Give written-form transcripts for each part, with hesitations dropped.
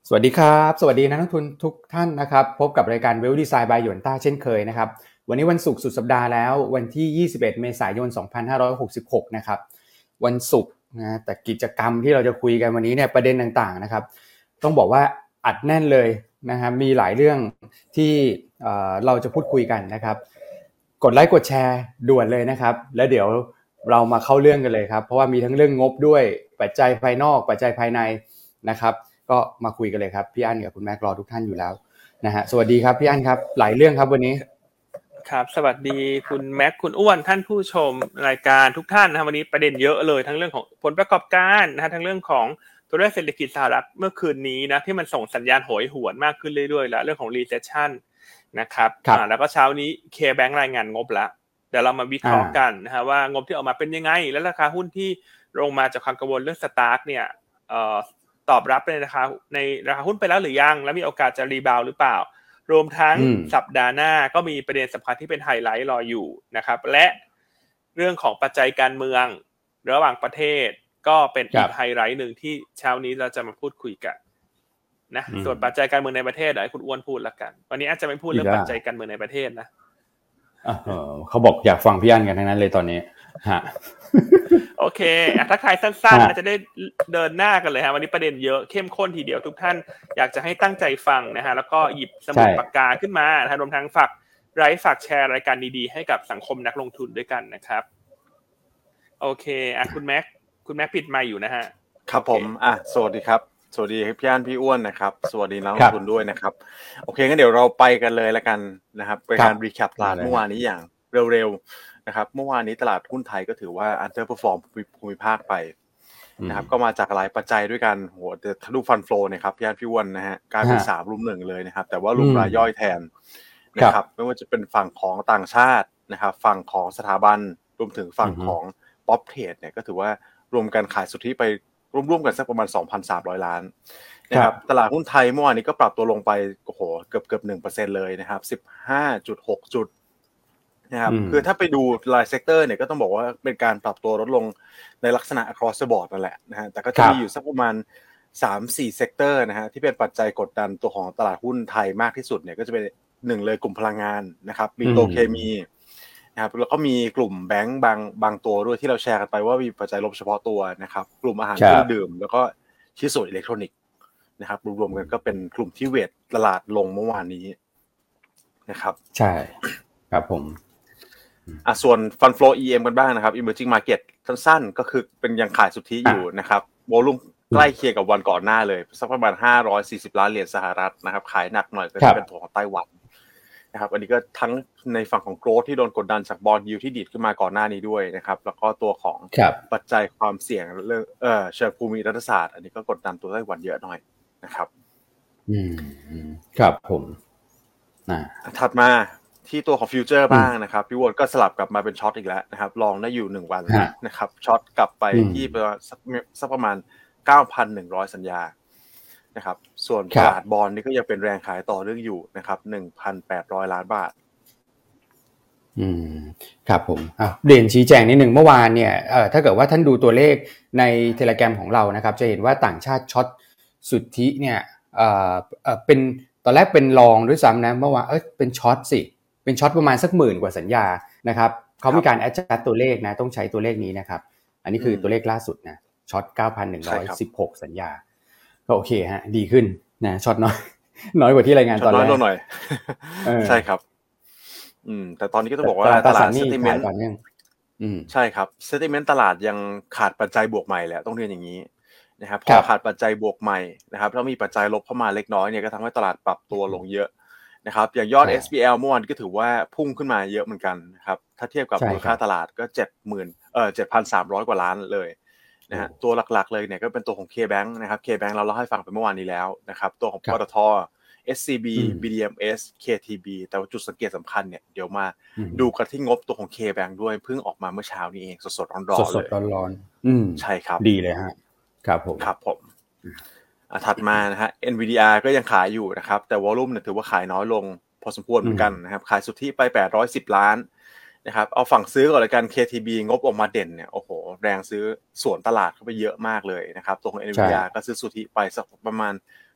สวัสดีครับสวัสดีนักลงทุนทุกท่านนะครับพบกับรายการ Wealth Design by หยวนต้าเช่นเคยนะครับวันนี้วันศุกร์สุดสัปดาห์แล้ววันที่21เมษายน2566นะครับวันศุกร์นะแต่กิจกรรมที่เราจะคุยกันวันนี้เนี่ยประเด็นต่างๆนะครับต้องบอกว่าอัดแน่นเลยนะครับมีหลายเรื่องที่เราจะพูดคุยกันนะครับกดไลค์กดแชร์ด่วนเลยนะครับแล้วเดี๋ยวเรามาเข้าเรื่องกันเลยครับเพราะว่ามีทั้งเรื่องงบด้วยปัจจัยภายนอกปัจจัยภายในนะครับก็มาคุยกันเลยครับพี่อั้นกับคุณแม็กรอทุกท่านอยู่แล้วนะฮะสวัสดีครับพี่อั้นครับหลายเรื่องครับวันนี้ครับสวัสดีคุณแม็กคุณอ้วนท่านผู้ชมรายการทุกท่านนะครับวันนี้ประเด็นเยอะเลยทั้งเรื่องของผลประกอบการนะฮะทั้งเรื่องของตัวเลขเศรษฐกิจสหรัฐเมื่อคืนนี้นะที่มันส่งสัญญาณโหยหวนมากขึ้นเรื่อยๆแล้วเรื่องของ recession นะครับแล้วก็เช้านี้ K-Bank รายงานงบแล้วเดี๋ยวเรามาวิเคราะห์กันนะฮะว่างบที่ออกมาเป็นยังไงและราคาหุ้นที่ลงมาจากความกังวลเรื่องสตาร์กเนี่ยตอบรับในราคาหุ้นไปแล้วหรือยังแล้วมีโอกาสจะรีบาวหรือเปล่ารวมทั้งสัปดาห์หน้าก็มีประเด็นสำคัญที่เป็นไฮไลท์รออยู่นะครับและเรื่องของปัจจัยการเมืองระหว่างประเทศก็เป็นอีกไฮไลท์หนึ่งที่เช้านี้เราจะมาพูดคุยกันนะส่วนปัจจัยการเมืองในประเทศเดี๋ยวให้คุณอ้วนพูดละกันวันนี้อาจจะไม่พูดเรื่องปัจจัยการเมืองในประเทศนะเขาบอกอยากฟังพี่อั้นกันทั้งนั้นเลยตอนนี้ฮะโอเคทักทายสั้นๆจะได้เดินหน้ากันเลยฮะวันนี้ประเด็นเยอะเข้มข้นทีเดียวทุกท่านอยากจะให้ตั้งใจฟังนะฮะแล้วก็หยิบสมุดปากกาขึ้นมานะฮะรวมทั้งฝากแชร์รายการดีๆให้กับสังคมนักลงทุนด้วยกันนะครับโอเคคุณแม็กปิดไมค์อยู่นะฮะครับผมสวัสดีครับสวัสดีพี่อั้นพี่อ้วนนะครับสวัสดีนักลงทุนด้วยนะครับโอเคงั้นเดี๋ยวเราไปกันเลยละกันนะครับเป็นการรีแคปตลาดเมื่อวานนี้อย่างเร็วๆนะครับเมื่อวานนี้ตลาดหุ้นไทยก็ถือว่าอันเดอร์เพอร์ฟอร์มภูมิภาคไปนะครับก็มาจากหลายปัจจัยด้วยกันโหทะลุฟันโฟลนะครับพี่อั้นพี่อ้วนนะฮะกลายเป็น3รุม1เลยนะครับแต่ว่ารุมรายย่อยแทนนะครับไม่ว่าจะเป็นฝั่งของต่างชาตินะครับฝั่งของสถาบันรวมถึงฝั่งของป๊อปเทรดเนี่ยก็ถือว่ารวมกันขายสุทธิไปร่วมกันสักประมาณ 2,300 ล้านนะครับตลาดหุ้นไทยเมื่อวานนี้ก็ปรับตัวลงไปโอ้โหเกือบ 1% เลยนะครับ 15.6 จุดนะครับคือถ้าไปดูรายเซกเตอร์เนี่ยก็ต้องบอกว่าเป็นการปรับตัวลดลงในลักษณะ across the board นั่นแหละนะฮะแต่ก็จะมีอยู่สักประมาณ 3-4 เซกเตอร์นะฮะที่เป็นปัจจัยกดดันตัวของตลาดหุ้นไทยมากที่สุดเนี่ยก็จะเป็น1เลยกลุ่มพลังงานนะครับมีโตเคมีนะครับแล้วก็มีกลุ่มแบงก์บางตัวด้วยที่เราแชร์กันไปว่ามีปัจจัยลบเฉพาะตัวนะครับกลุ่มอาหารเครื่องดื่มแล้วก็ชิ้นส่วนอิเล็กทรอนิกส์นะครับรวมๆกันก็เป็นกลุ่มที่เวทตลาดลงเมื่อวานนี้นะครับใช่ครับผมส่วน Fund Flow EM กันบ้างนะครับ Emerging Market สั้นๆก็คือเป็นยังขายสุทธิอยู่นะครับวอลุ่มใกล้เคียงกับวันก่อนหน้าเลยสักประมาณ$540 ล้านสหรัฐนะครับขายหนักหน่อยก็จะเป็นตัวของไต้หวันนะครับอันนี้ก็ทั้งในฝั่งของโกรทที่โดนกดดันจากบอนด์ยิลด์ที่ดีดขึ้นมาก่อนหน้านี้ด้วยนะครับแล้วก็ตัวของปัจจัยความเสี่ยงเรื่องเชิงภูมิรัฐศาสตร์อันนี้ก็กดดันตัวไต้หวันเยอะหน่อยนะครับครับผมถัดมาที่ตัวของฟิวเจอร์บ้างนะครับพี่วอนก็สลับกลับมาเป็นช็อตอีกแล้วนะครับลองได้อยู่1วันนะครับช็อตกลับไปที่สักประมาณ 9,100 สัญญานะครับส่วนตลาดบอนด์นี่ก็ยังเป็นแรงขายต่อเนื่องอยู่นะครับ 1,800 ล้านบาทครับผมเรียนชี้แจงนิดนึงเมื่อวานเนี่ยถ้าเกิดว่าท่านดูตัวเลขใน Telegram ของเรานะครับจะเห็นว่าต่างชาติช็อตสุทธิเนี่ยเป็นตอนแรกเป็นลองด้วยซ้ำนะเมื่อวานเป็นช็อตสิเป็นช็อตประมาณสัก10,000กว่าสัญญานะครับเขามีการ adjust ตัวเลขนะต้องใช้ตัวเลขนี้นะครับอันนี้คือตัวเลขล่าสุดนะช็อต 9,116 สัญญาก็โอเคฮะดีขึ้นนะช็อตน้อยกว่าที่รายงานตอนแรกน้อยหน่อยใช่ครับแต่ตอนนี้ก็ต้องบอกว่าตลาดเซนติเมนต์ใช่ครับเซนติเมนต์ตลาดยังขาดปัจจัยบวกใหม่แหละต้องเรียนอย่างนี้นะครับพอขาดปัจจัยบวกใหม่นะครับแล้วมีปัจจัยลบเข้ามาเล็กน้อยเนี่ยก็ทำให้ตลาดปรับตัวลงเยอะนะครับอย่างยอด SBL เมื่อวานก็ถือว่าพุ่งขึ้นมาเยอะเหมือนกันนะครับถ้าเทียบกับมูลค่าตลาดก็ 7,300 กว่าล้านเลยนะฮะตัวหลักๆเลยเนี่ยก็เป็นตัวของ K-Bank นะครับ K-Bank เราเล่าให้ฟังไปเมื่อวานนี้แล้วนะครับตัวของปตท. SCB BDMs KTB แต่ว่าจุดสังเกตสำคัญเนี่ยเดี๋ยวมาดูกันที่งบตัวของ K-Bank ด้วยเพิ่งออกมาเมื่อเช้านี้เองสดๆร้อนๆเลยสดๆร้อนๆใช่ครับดีเลยฮะครับผมถัดมานะฮะ NVDR ก็ยังขายอยู่นะครับแต่วอลุ่มเนี่ยถือว่าขายน้อยลงพอสมควรเหมือนกันนะครับขายสุทธิไป810 ล้านนะครับเอาฝั่งซื้อก่อนเลยกัน KTB งบออกมาเด่นเนี่ยโอ้โหแรงซื้อส่วนตลาดเข้าไปเยอะมากเลยนะครับตัวของ NVDR ก็ซื้อสุทธิไปสักประมาณ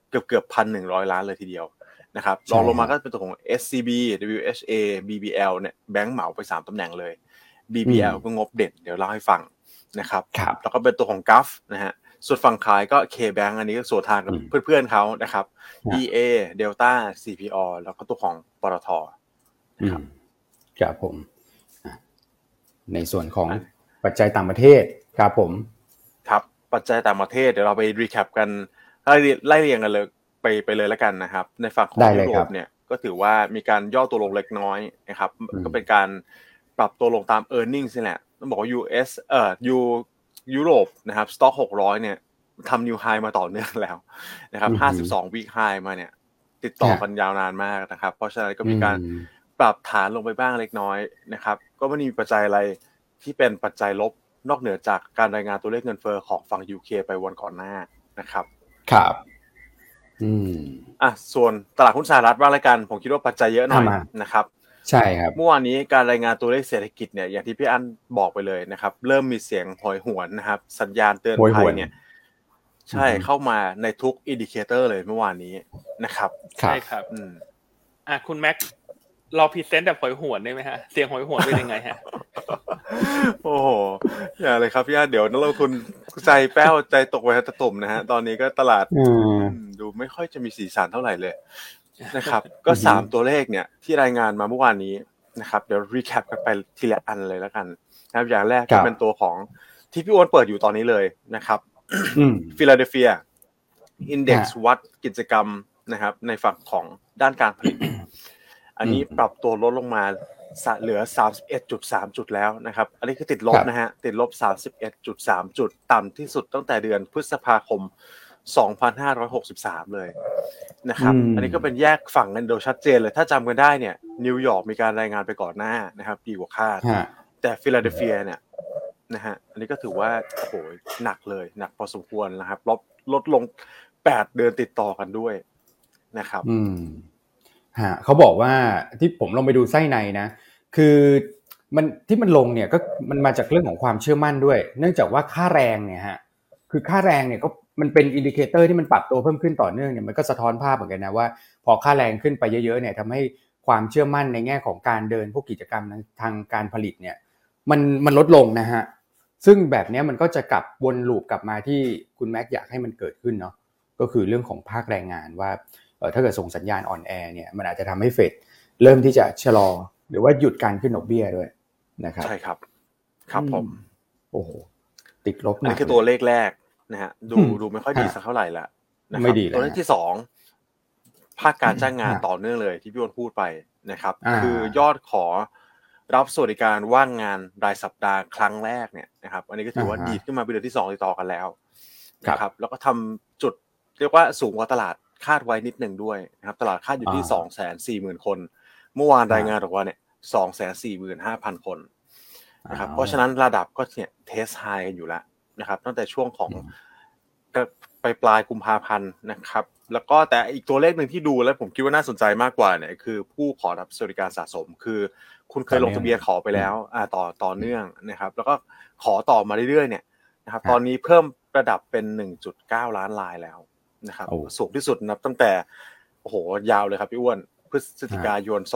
เกือบ 1,100 ล้านเลยทีเดียวนะครับรองลงมาก็เป็นตัวของ SCB WHA BBL เนี่ยแบงค์เหมาไป3ตำแหน่งเลย BBL ก็งบเด่นเดี๋ยวเล่าให้ฟังนะครับแล้วก็เป็นตัวของ GUF นะฮะส่วนฝั่งขายก็ KBank อันนี้ก็สวนทางกับเพื่อนๆเขานะครับ EA Delta CPO แล้วก็ตัวของปตท.นะครับครับผมในส่วนของปัจจัยต่างประเทศครับผมครับปัจจัยต่างประเทศเดี๋ยวเราไปรีแคปกันไล่เรียงกันเลยไปเลยแล้วกันนะครับในฝั่งของยุโรปเนี่ยก็ถือว่ามีการย่อตัวลงเล็กน้อยนะครับก็เป็นการปรับตัวลงตาม earnings นี่แหละต้องบอกว่า US ยุโรปนะครับสต็อก600เนี่ยทำ new high มาต่อเนื่องแล้วนะครับ52 week high มาเนี่ยติดต่อกันยาวนานมากนะครับเพราะฉะนั้นก็มีการปรับฐานลงไปบ้างเล็กน้อยนะครับก็ไม่มีปัจจัยอะไรที่เป็นปัจจัยลบนอกเหนือจากการรายงานตัวเลขเงินเฟ้อของฝั่ง UK ไปวันก่อนหน้านะครับครับส่วนตลาดหุ้นสหรัฐบ้างละกันผมคิดว่าปัจจัยเยอะหน่อยนะครับใช่ครับเมื่อวานนี้การรายงานตัวเลขเศรษฐกิจเนี่ยอย่างที่พี่อั้นบอกไปเลยนะครับเริ่มมีเสียงหอยหวนนะครับสัญญาณเตือนภัยเนี่ยใช่เข้ามาในทุกอินดิเคเตอร์เลยเมื่อวานนี้นะครับใช่ครับคุณแม็กเราพรีเซนต์แบบหอยหวนได้ไหมฮะเสียงหอยหวนเป็นยังไงฮะโอ้โหอย่าเลยครับพี่อั้นเดี๋ยวนักลงทุนใจแป้วใจตกไปตะตุ่มนะฮะตอนนี้ก็ตลาดดูไม่ค่อยจะมีสีสันเท่าไหร่เลยนะครับก็3ตัวเลขเนี่ยที่รายงานมาเมื่อวานนี้นะครับเดี๋ยวรีแคปกันไปทีละอันเลยแล้วกันนะครับอย่างแรกก็เป็นตัวของที่พี่อ้วนเปิดอยู่ตอนนี้เลยนะครับฟิลาเดลเฟียอินเด็กซ์วัดกิจกรรมนะครับในฝั่งของด้านการผลิตอันนี้ปรับตัวลดลงมาเหลือ 31.3 จุดแล้วนะครับอันนี้คือติดลบนะฮะติดลบ 31.3 จุดต่ำที่สุดตั้งแต่เดือนพฤษภาคม2563เลยนะครับอันนี้ก็เป็นแยกฝั่งกันโดยชัดเจนเลยถ้าจำกันได้เนี่ยนิวยอร์กมีการรายงานไปก่อนหน้านะครับดีกว่าคาดแต่ฟิลาเดลเฟียเนี่ยนะฮะอันนี้ก็ถือว่าโอ้โหหนักเลยหนักพอสมควรนะครับลดลง8เดือนติดต่อกันด้วยนะครับเขาบอกว่าที่ผมลงไปดูไส้ในนะคือมันที่มันลงเนี่ยก็มันมาจากเรื่องของความเชื่อมั่นด้วยเนื่องจากว่าค่าแรงเนี่ยฮะคือค่าแรงเนี่ยก็มันเป็นอินดิเคเตอร์ที่มันปรับตัวเพิ่มขึ้นต่อเนื่องเนี่ยมันก็สะท้อนภาพเหมือนกันนะว่าพอค่าแรงขึ้นไปเยอะๆเนี่ยทำให้ความเชื่อมั่นในแง่ของการเดินพวกกิจกรรมทางการผลิตเนี่ยมันลดลงนะฮะซึ่งแบบนี้มันก็จะกลับวนลูปกลับมาที่คุณแม็กอยากให้มันเกิดขึ้นเนาะก็คือเรื่องของภาคแรงงานว่าถ้าเกิดส่งสัญญาณอ่อนแอเนี่ยมันอาจจะทำให้เฟดเริ่มที่จะชะลอหรือว่าหยุดการขึ้นดอกเบี้ยด้วยนะครับใช่ครับครับผมโอ้โหติดลบอันนี้คือตัวเลขแรกนะฮะดูไม่ค่อยดีสักเท่าไหร่ละนะครับตัวเลขที่2ภาคการจ้างงานต่อเนื่องเลยที่พี่อ้วนพูดไปนะครับคือยอดขอรับสวัสดิการว่างงานรายสัปดาห์ครั้งแรกเนี่ยนะครับอันนี้ก็ถือว่าดีดขึ้นมาเป็นเดือนที่2ติดต่อกันแล้วนะครับแล้วก็ทำจุดเรียกว่าสูงกว่าตลาดคาดไว้นิดนึงด้วยนะครับตลาดคาดอยู่ที่ 240,000 คนเมื่อวานรายงานออกมาเนี่ย 245,000 คนนะครับเพราะฉะนั้นระดับก็เนี่ยเทสไฮกันอยู่แล้วนะครับตั้งแต่ช่วงของปลายกุมภาพันธ์นะครับแล้วก็แต่อีกตัวเลขนึงที่ดูแล้วผมคิดว่าน่าสนใจมากกว่าเนี่ยคือผู้ขอรับสวัสดิการสะสมคือคุณเคยลงทะเบียนขอไปแล้วต่อเนื่องนะครับแล้วก็ขอต่อมาเรื่อยๆเนี่ยนะครับตอนนี้เพิ่มระดับเป็น 1.9 ล้านรายแล้วนะครับสูงที่สุดนับตั้งแต่โอ้โหยาวเลยครับพี่อ้วนพฤศจิกายน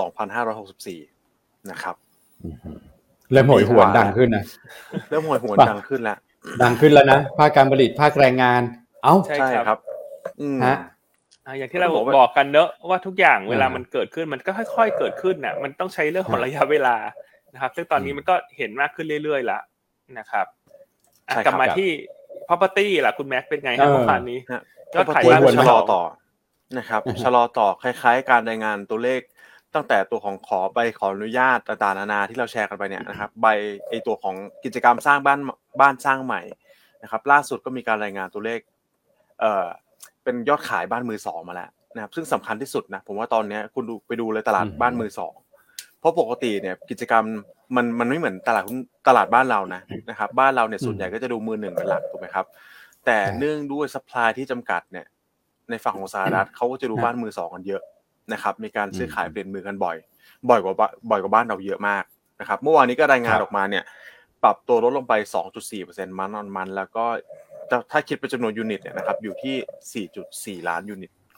2564นะครับเริ่มโหยหวนดังขึ้นนะเริ่มโหยหวนดังขึ้นแล้วนะภาคการผลิตภาคแรงงานใช่ครับอย่างที่เราบอกกันเนอะว่าทุกอย่างเวลามันเกิดขึ้นมันก็ค่อยๆเกิดขึ้นน่ะมันต้องใช้เรื่องของระยะเวลานะครับซึ่งตอนนี้มันก็เห็นมากขึ้นเรื่อยๆแล้วนะครับกลับมาที่ property ล่ะคุณแม็กเป็นไงครับเมื่อวานนี้ยอดขายบ้านชะลอต่อนะครับชะลอต่อคล้ายๆการรายงานตัวเลขตั้งแต่ตัวของขออนุญาตต่างๆนานาที่เราแชร์กันไปเนี่ยนะครับใบไอตัวของกิจกรรมสร้างบ้านสร้างใหม่นะครับล่าสุดก็มีการรายงานตัวเลขเป็นยอดขายบ้านมือสองมาแล้วนะครับซึ่งสำคัญที่สุดนะผมว่าตอนนี้คุณไปดูเลยตลาดบ้านมือสองเพราะปกติเนี่ยกิจกรรมมันไม่เหมือนตลาดบ้านเรานะครับบ้านเราเนี่ยส่วนใหญ่ก็จะดูมือหนึ่งเป็นหลักถูกไหมครับแต่เนื่องด้วยซัพพลายที่จำกัดเนี่ยในฝั่งของสหรัฐเขาก็จะดูบ้านมือสองกันเยอะนะครับมีการซื้อขายเปลี่ยนมือกันบ่อยกว่าบ้านเราเยอะมากนะครับเมื่อวานนี้ก็รายงานออกมาเนี่ยปรับตัวลดลงไป 2.4% มันแล้วก็ถ้าคิดเป็นจำนวนยูนิตเนี่ยนะครับอยู่ที่ 4.4 ล้านยูนิต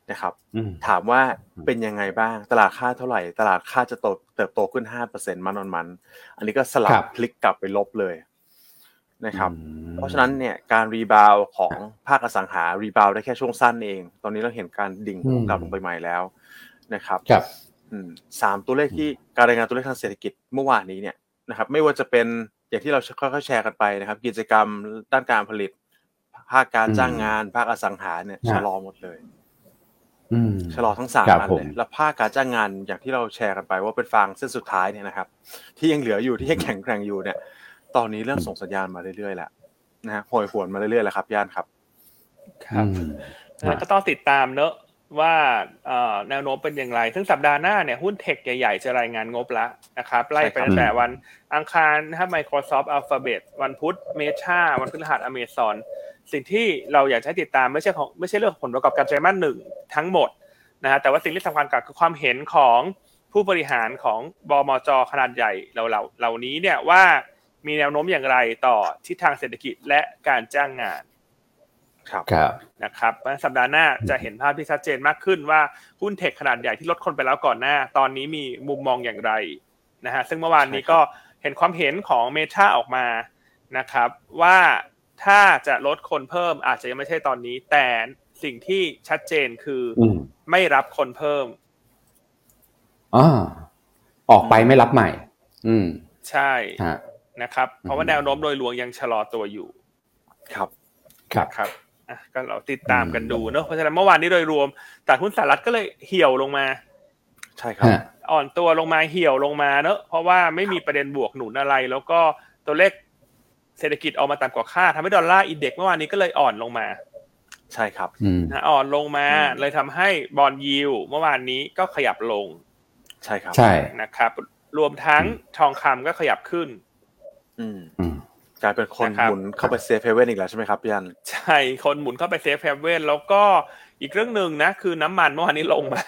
นะครับถามว่าเป็นยังไงบ้างตลาดค่าเท่าไหร่ตลาดค่าจะเติบโตขึ้น 5% มันอันนี้ก็สลับพลิกกลับไปลบเลยนะครับเพราะฉะนั้นเนี่ยการรีบาวของภาคอสังหารีบาวได้แค่ช่วงสั้นเองตอนนี้เราเห็นการดิ่งกลับลงไปใหม่แล้วนะครับ3ตัวเลขที่การรายงานตัวเลขทางเศรษฐกิจเมื่อวานนี้เนี่ยนะครับไม่ว่าจะเป็นอย่างที่เราค่อยๆแชร์กันไปนะครับกิจกรรมด้านการผลิตภาคการจ้างงานภาคอสังหาเนี่ยชะลอหมดเลยชะลอทั้ง3อันเลยแล้วภาคการจ้างงานอย่างที่เราแชร์กันไปว่าเป็นฟางเส้นสุดท้ายเนี่ยนะครับที่ยังเหลืออยู่ที่ยังแข็งแกร่งอยู่เนี่ยตอนนี้เริ่มส่งสัญญาณมาเรื่อยๆแล้วนะฮะโหยหวนมาเรื่อยๆแล้วครับย่านครับก็ต้องติดตามเนอะว่าแนวโน้มเป็นอย่างไรซึ่งสัปดาห์หน้าเนี่ยหุ้นเทคใหญ่ๆจะรายงานงบแล้วนะครับไล่ไปตั้งแต่วันอังคารนะครับ Microsoft Alphabet วันพุธ Meta วันพฤหัส Amazon สิ่งที่เราอยากให้ติดตามไม่ใช่เรื่องผลประกอบการไตรมาส1ทั้งหมดนะฮะแต่ว่าสิ่งที่สำคัญคือความเห็นของผู้บริหารของบมจ.ขนาดใหญ่เหล่านี้เนี่ยว่ามีแนวโน้มอย่างไรต่อทิศทางเศรษฐกิจและการจ้างงานนะครับสัปดาห์หน้าจะเห็นภาพที่ชัดเจนมากขึ้นว่าหุ้นเทคขนาดใหญ่ที่ลดคนไปแล้วก่อนหน้าตอนนี้มีมุมมองอย่างไรนะฮะซึ่งเมื่อวานนี้ก็เห็นความเห็นของ Meta ออกมานะครับว่าถ้าจะลดคนเพิ่มอาจจะยังไม่ใช่ตอนนี้แต่สิ่งที่ชัดเจนคือไม่รับคนเพิ่มออกไปไม่รับใหม่ใช่นะครับเพราะว่าแนวโน้มโดยรวมยังชะลอตัวอยู่ครับก็เราติดตามกันดูเนอะเพราะฉะนั้นเมื่อวานนี้โดยรวมตลาดหุ้นสหรัฐก็เลยเหี่ยวลงมาใช่ครับอ่อนตัวลงมาเหี่ยวลงมาเนอะเพราะว่าไม่มีประเด็นบวกหนุนอะไรแล้วก็ตัวเลขเศรษฐกิจออกมาต่ำกว่าคาดทำให้ดอลลาร์อินเด็กซ์เมื่อวานนี้ก็เลยอ่อนลงมาใช่ครับอ่อนลงมาเลยทำให้บอนด์ยิลด์เมื่อวานนี้ก็ขยับลงใช่ครับใช่นะครับรวมทั้งทองคำก็ขยับขึ้นกลายเป็นคนหมุนเข้าไปเซฟเฮเว่นอีกแล้วใช่ไหมครับพี่อันใช่คนหมุนเข้าไปเซฟเฮเว่นแล้วก็อีกเรื่องนึงนะคือน้ำมันเมื่อวานนี้ลงมา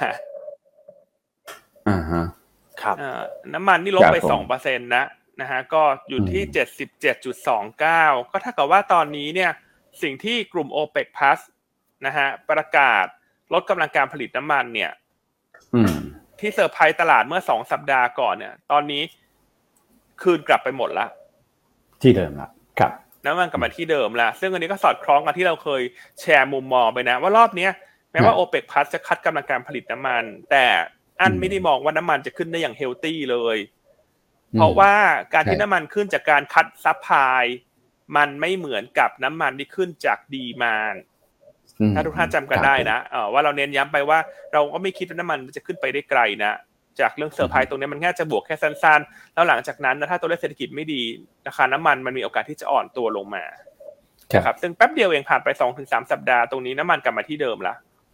ครับน้ำมันนี่ลบไป 2% นะฮะก็อยู่ที่ 77.29 ก็เท่ากับว่าตอนนี้เนี่ยสิ่งที่กลุ่ม OPEC Plus นะฮะประกาศลดกำลังการผลิตน้ำมันเนี่ยที่เซอร์ไพรส์ตลาดเมื่อ2สัปดาห์ก่อนเนี่ยตอนนี้คืนกลับไปหมดละที่เดิมละครับน้ำมันกลับมาที่เดิมละซึ่งอันนี้ก็สอดคล้องกับที่เราเคยแชร์มุมมองไปนะว่ารอบนี้แม้ว่า OPEC Plus จะคัดกำลังการผลิตน้ำมันแต่อันไม่ได้มองว่าน้ำมันจะขึ้นได้อย่างเฮลตี้เลยเพราะว่าการที่น้ำมันขึ้นจากการคัดซัพพลายมันไม่เหมือนกับน้ำมันที่ขึ้นจากดีมานด์ถ้าทุกท่านจำกันได้นะว่าเราเน้นย้ำไปว่าเราก็ไม่คิดว่าน้ำมันจะขึ้นไปได้ไกลนะจากเรื่องเซอร์ไพรส์ตรงนี้มันแค่จะบวกแค่สั้นๆแล้วหลังจากนั้นนะถ้าตัวเลขเศรษฐกิจไม่ดีราคาน้ำมันมีโอกาสที่จะอ่อนตัวลงมาครับซึ่งแป๊บเดียวเองผ่านไป 2-3 สัปดาห์ตรงนี้น้ำมันกลับมาที่เดิมละ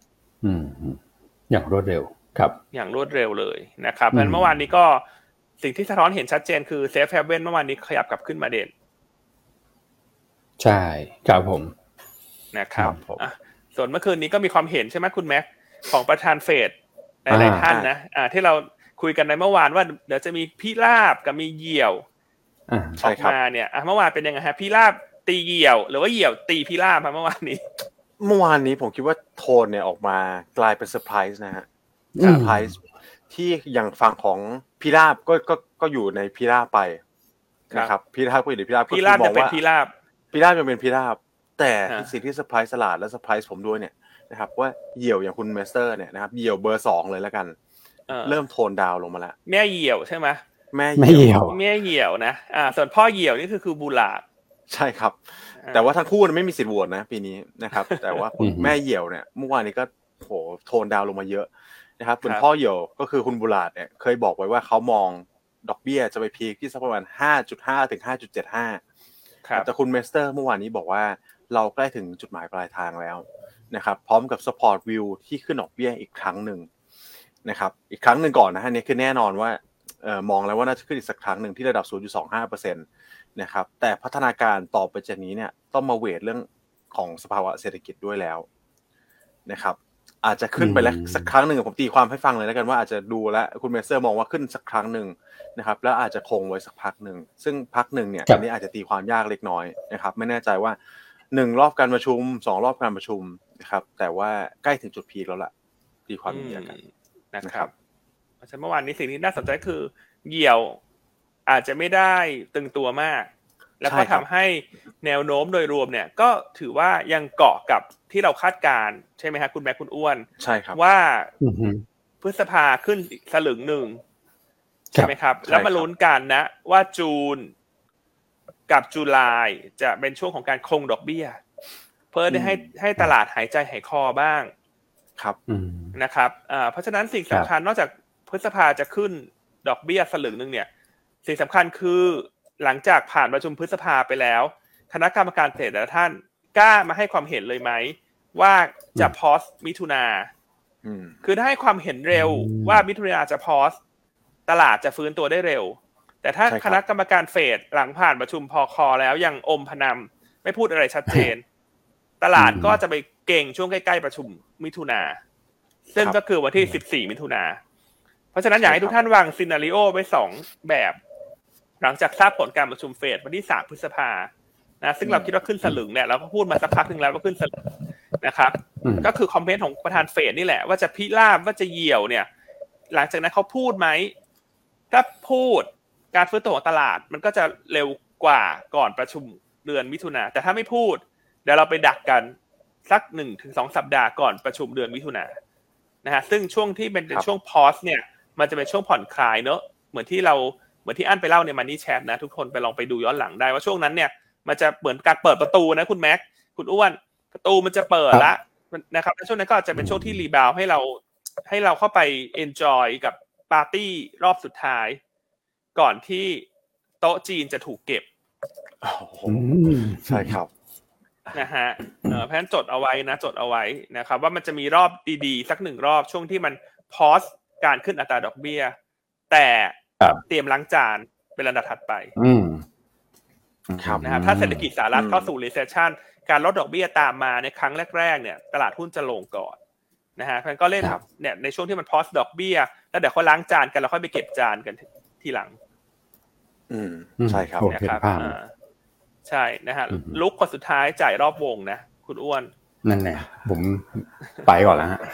อย่างรวดเร็วครับอย่างรวดเร็วเลยนะครับเพราะฉะนั้นเมื่อวานนี้ก็สิ่งที่สะท้อนเห็นชัดเจนคือเซฟเฮเว่นเมื่อวานนี้ขยับกลับขึ้นมาเด่นใช่ครับผมนะครับส่วนเมื่อคืนนี้ก็มีความเห็นใช่ไหมคุณแม็กของประธานเฟดหลายท่านนะที่เราคุยกันในเมื่อวานว่าเดี๋ยวจะมีพี่ลาบกับมีเหยี่ยวออกมาเนี่ยเมื่อวานเป็นยังไงฮะพี่ลาบตีเหยี่ยวหรือว่าเหยี่ยวตีพี่ลาบเมื่อวานนี้ผมคิดว่าโทนเนี่ยออกมากลายเป็นเซอร์ไพรส์นะฮะเซอร์ไพรส์ที่อย่างฝั่งของพี่ลาบก็อยู่ในพี่ลาบไปนะครับพี่ลาบก็อยู่ในพี่ลาบพี่ลาบจะเป็นพี่ลาบยังเป็นพี่ลาบแต่สิ่งที่เซอร์ไพรส์ตลาดและเซอร์ไพรส์ผมด้วยเนี่ยนะครับว่าเหยี่ยวอย่างคุณเมสเตอร์เนี่ยนะครับเหยี่ยวเบอร์2เลยแล้วกันเริ่มโทนดาวลงมาแล้วแม่เหยี่ยวใช่ไหมแม่เหยี่ยวนะส่วนพ่อเหยี่ยวนี่คือบูลาดใช่ครับแต่ว่าทั้งคู่ไม่มีสิทธิ์โหวตนะปีนี้นะครับแต่ว่าคุณแม่เหยี่ยวเนี่ยเมื่อวานนี้ก็โหโทนดาวลงมาเยอะนะครับส่วนพ่อเหยี่ยวก็คือคุณบูลาดเนี่ยเคยบอกไว้ว่าเขามองดอกเบี้ยจะไปพีคที่สักประมาณ 5.5 ถึง 5.75 แต่คุณเมสเตอร์เมื่อวานนี้บอกว่าเราใกล้ถึงจุดหมายปลายทางแล้วนะครับพร้อมกับ support view ที่ขึ้นดอกเบี้ยอีกครั้งหนึ่งนะครับอีกครั้งหนึ่งก่อนนะฮะนี่คือแน่นอนว่ามองแล้วว่าน่าจะขึ้นอีกสักครั้งหนึ่งที่ระดับ 0.25% นะครับแต่พัฒนาการต่อไปจากนี้เนี่ยต้องมาเวทเรื่องของสภาวะเศรษฐกิจด้วยแล้วนะครับอาจจะขึ้นไปแล้วสักครั้งหนึ่งผมตีความให้ฟังเลยแล้วกันว่าอาจจะดูแล้วคุณเมสเซอร์มองว่าขึ้นสักครั้งหนึ่งนะครับแล้วอาจจะคงไว้สักพักหนึ่งซึ่งพักหนึ่งเนี่ยอันนี้อาจจะตีความยากเล็กน้อยนะครับไม่แน่ใจว่า1รอบการประชุม2รอบการประชุมนะครับแต่ว่าใกล้ถึงจุดพีคแล้วล่ะตีความอย่างนี้กันนะครับเพราะฉะนั้นเมื่อวานนี้สิ่งที่น่าสนใจคือเหยี่ยวอาจจะไม่ได้ตึงตัวมากแล้วก็ทำให้แนวโน้มโดยรวมเนี่ยก็ถือว่ายังเกาะกับที่เราคาดการณ์ใช่ไหมครับคุณแม่คุณอ้วนใช่ครับว่าพฤษภาขึ้นสลึงหนึ่งใช่ไหมครับแล้วมาลุ้นกันนะว่าจูนกับจุลายจะเป็นช่วงของการคงดอกเบี้ยเพื่อได้ให้ตลาดหายใจหายคอบ้างครับนะครับเพราะฉะนั้นสิ่งสำคัญนอกจากพฤษภาจะขึ้นดอกเบี้ยสลึงนึงเนี่ยสิ่งสำคัญคือหลังจากผ่านประชุมพฤษภาไปแล้วคณะกรรมการเศรษฐกิจแต่ละท่านกล้ามาให้ความเห็นเลยไหมว่าจะพอสมิถุนาคือถ้าให้ความเห็นเร็วว่ามิถุนาจะพอสตลาดจะฟื้นตัวได้เร็วแต่ถ้าคณะกรรมการเฟดหลังผ่านประชุมพค.แล้วยังอมพนันไม่พูดอะไรชัดเจนตลาดก็จะไปเก่งช่วงใกล้ๆประชุมมิถุนาซึ่งก็คือวันที่14มิถุนาเพราะฉะนั้นอยากให้ทุกท่านวางซีนาริโอไว้2แบบหลังจากทราบผลการประชุมเฟดวันที่3พฤษภานะซึ่งเราคิดว่าขึ้นสลึงเนี่ยเราก็พูดมาสักพักนึงแล้วว่าขึ้นสลึงนะครับก็คือคอมเมนต์ของประธานเฟดนี่แหละว่าจะพิราบว่าจะเหยี่ยวเนี่ยหลังจากนั้นเขาพูดไหมถ้าพูดการฟื้นตัวของตลาดมันก็จะเร็วกว่าก่อนประชุมเดือนมิถุนาแต่ถ้าไม่พูดเดี๋ยวเราไปดักกันสัก 1-2 สัปดาห์ก่อนประชุมเดือนมิถุนายนนะฮะซึ่งช่วงที่เป็นช่วงพอสเนี่ยมันจะเป็นช่วงผ่อนคลายเนอะเหมือนที่อั้นไปเล่าในมันนี่แชทนะทุกคนไปลองไปดูย้อนหลังได้ว่าช่วงนั้นเนี่ยมันจะเหมือนการเปิดประตูนะคุณแม็กคุณอ้วนประตูมันจะเปิดละนะครับช่วงนั้นก็จะเป็นช่วงที่รีบาวให้เราเข้าไปเอนจอยกับปาร์ตี้รอบสุดท้ายก่อนที่โต๊ะจีนจะถูกเก็บใช่ครับนะฮะเพราะฉะนั้นจดเอาไว้นะครับว่ามันจะมีรอบดีๆสัก1รอบช่วงที่มันพอสการขึ้นอัตราดอกเบี้ยแต่เตรียมล้างจานเป็นระดับถัดไปนะครับถ้าเศรษฐกิจสหรัฐเข้าสู่ recession การลดดอกเบี้ยตามมาในครั้งแรกๆเนี่ยตลาดหุ้นจะลงก่อนนะฮะเพราะฉะนั้นก็เล่นเนี่ยในช่วงที่มันพอสดอกเบี้ยแล้วเดี๋ยวค่อยล้างจานกันแล้วค่อยไปเก็บจานกันทีหลังใช่ครับนะครับใช่นะฮะลุกคนสุดท้ายจ่ายรอบวงนะคุณอ้วนนั่นแหละผมไปก่อนแล้วฮะ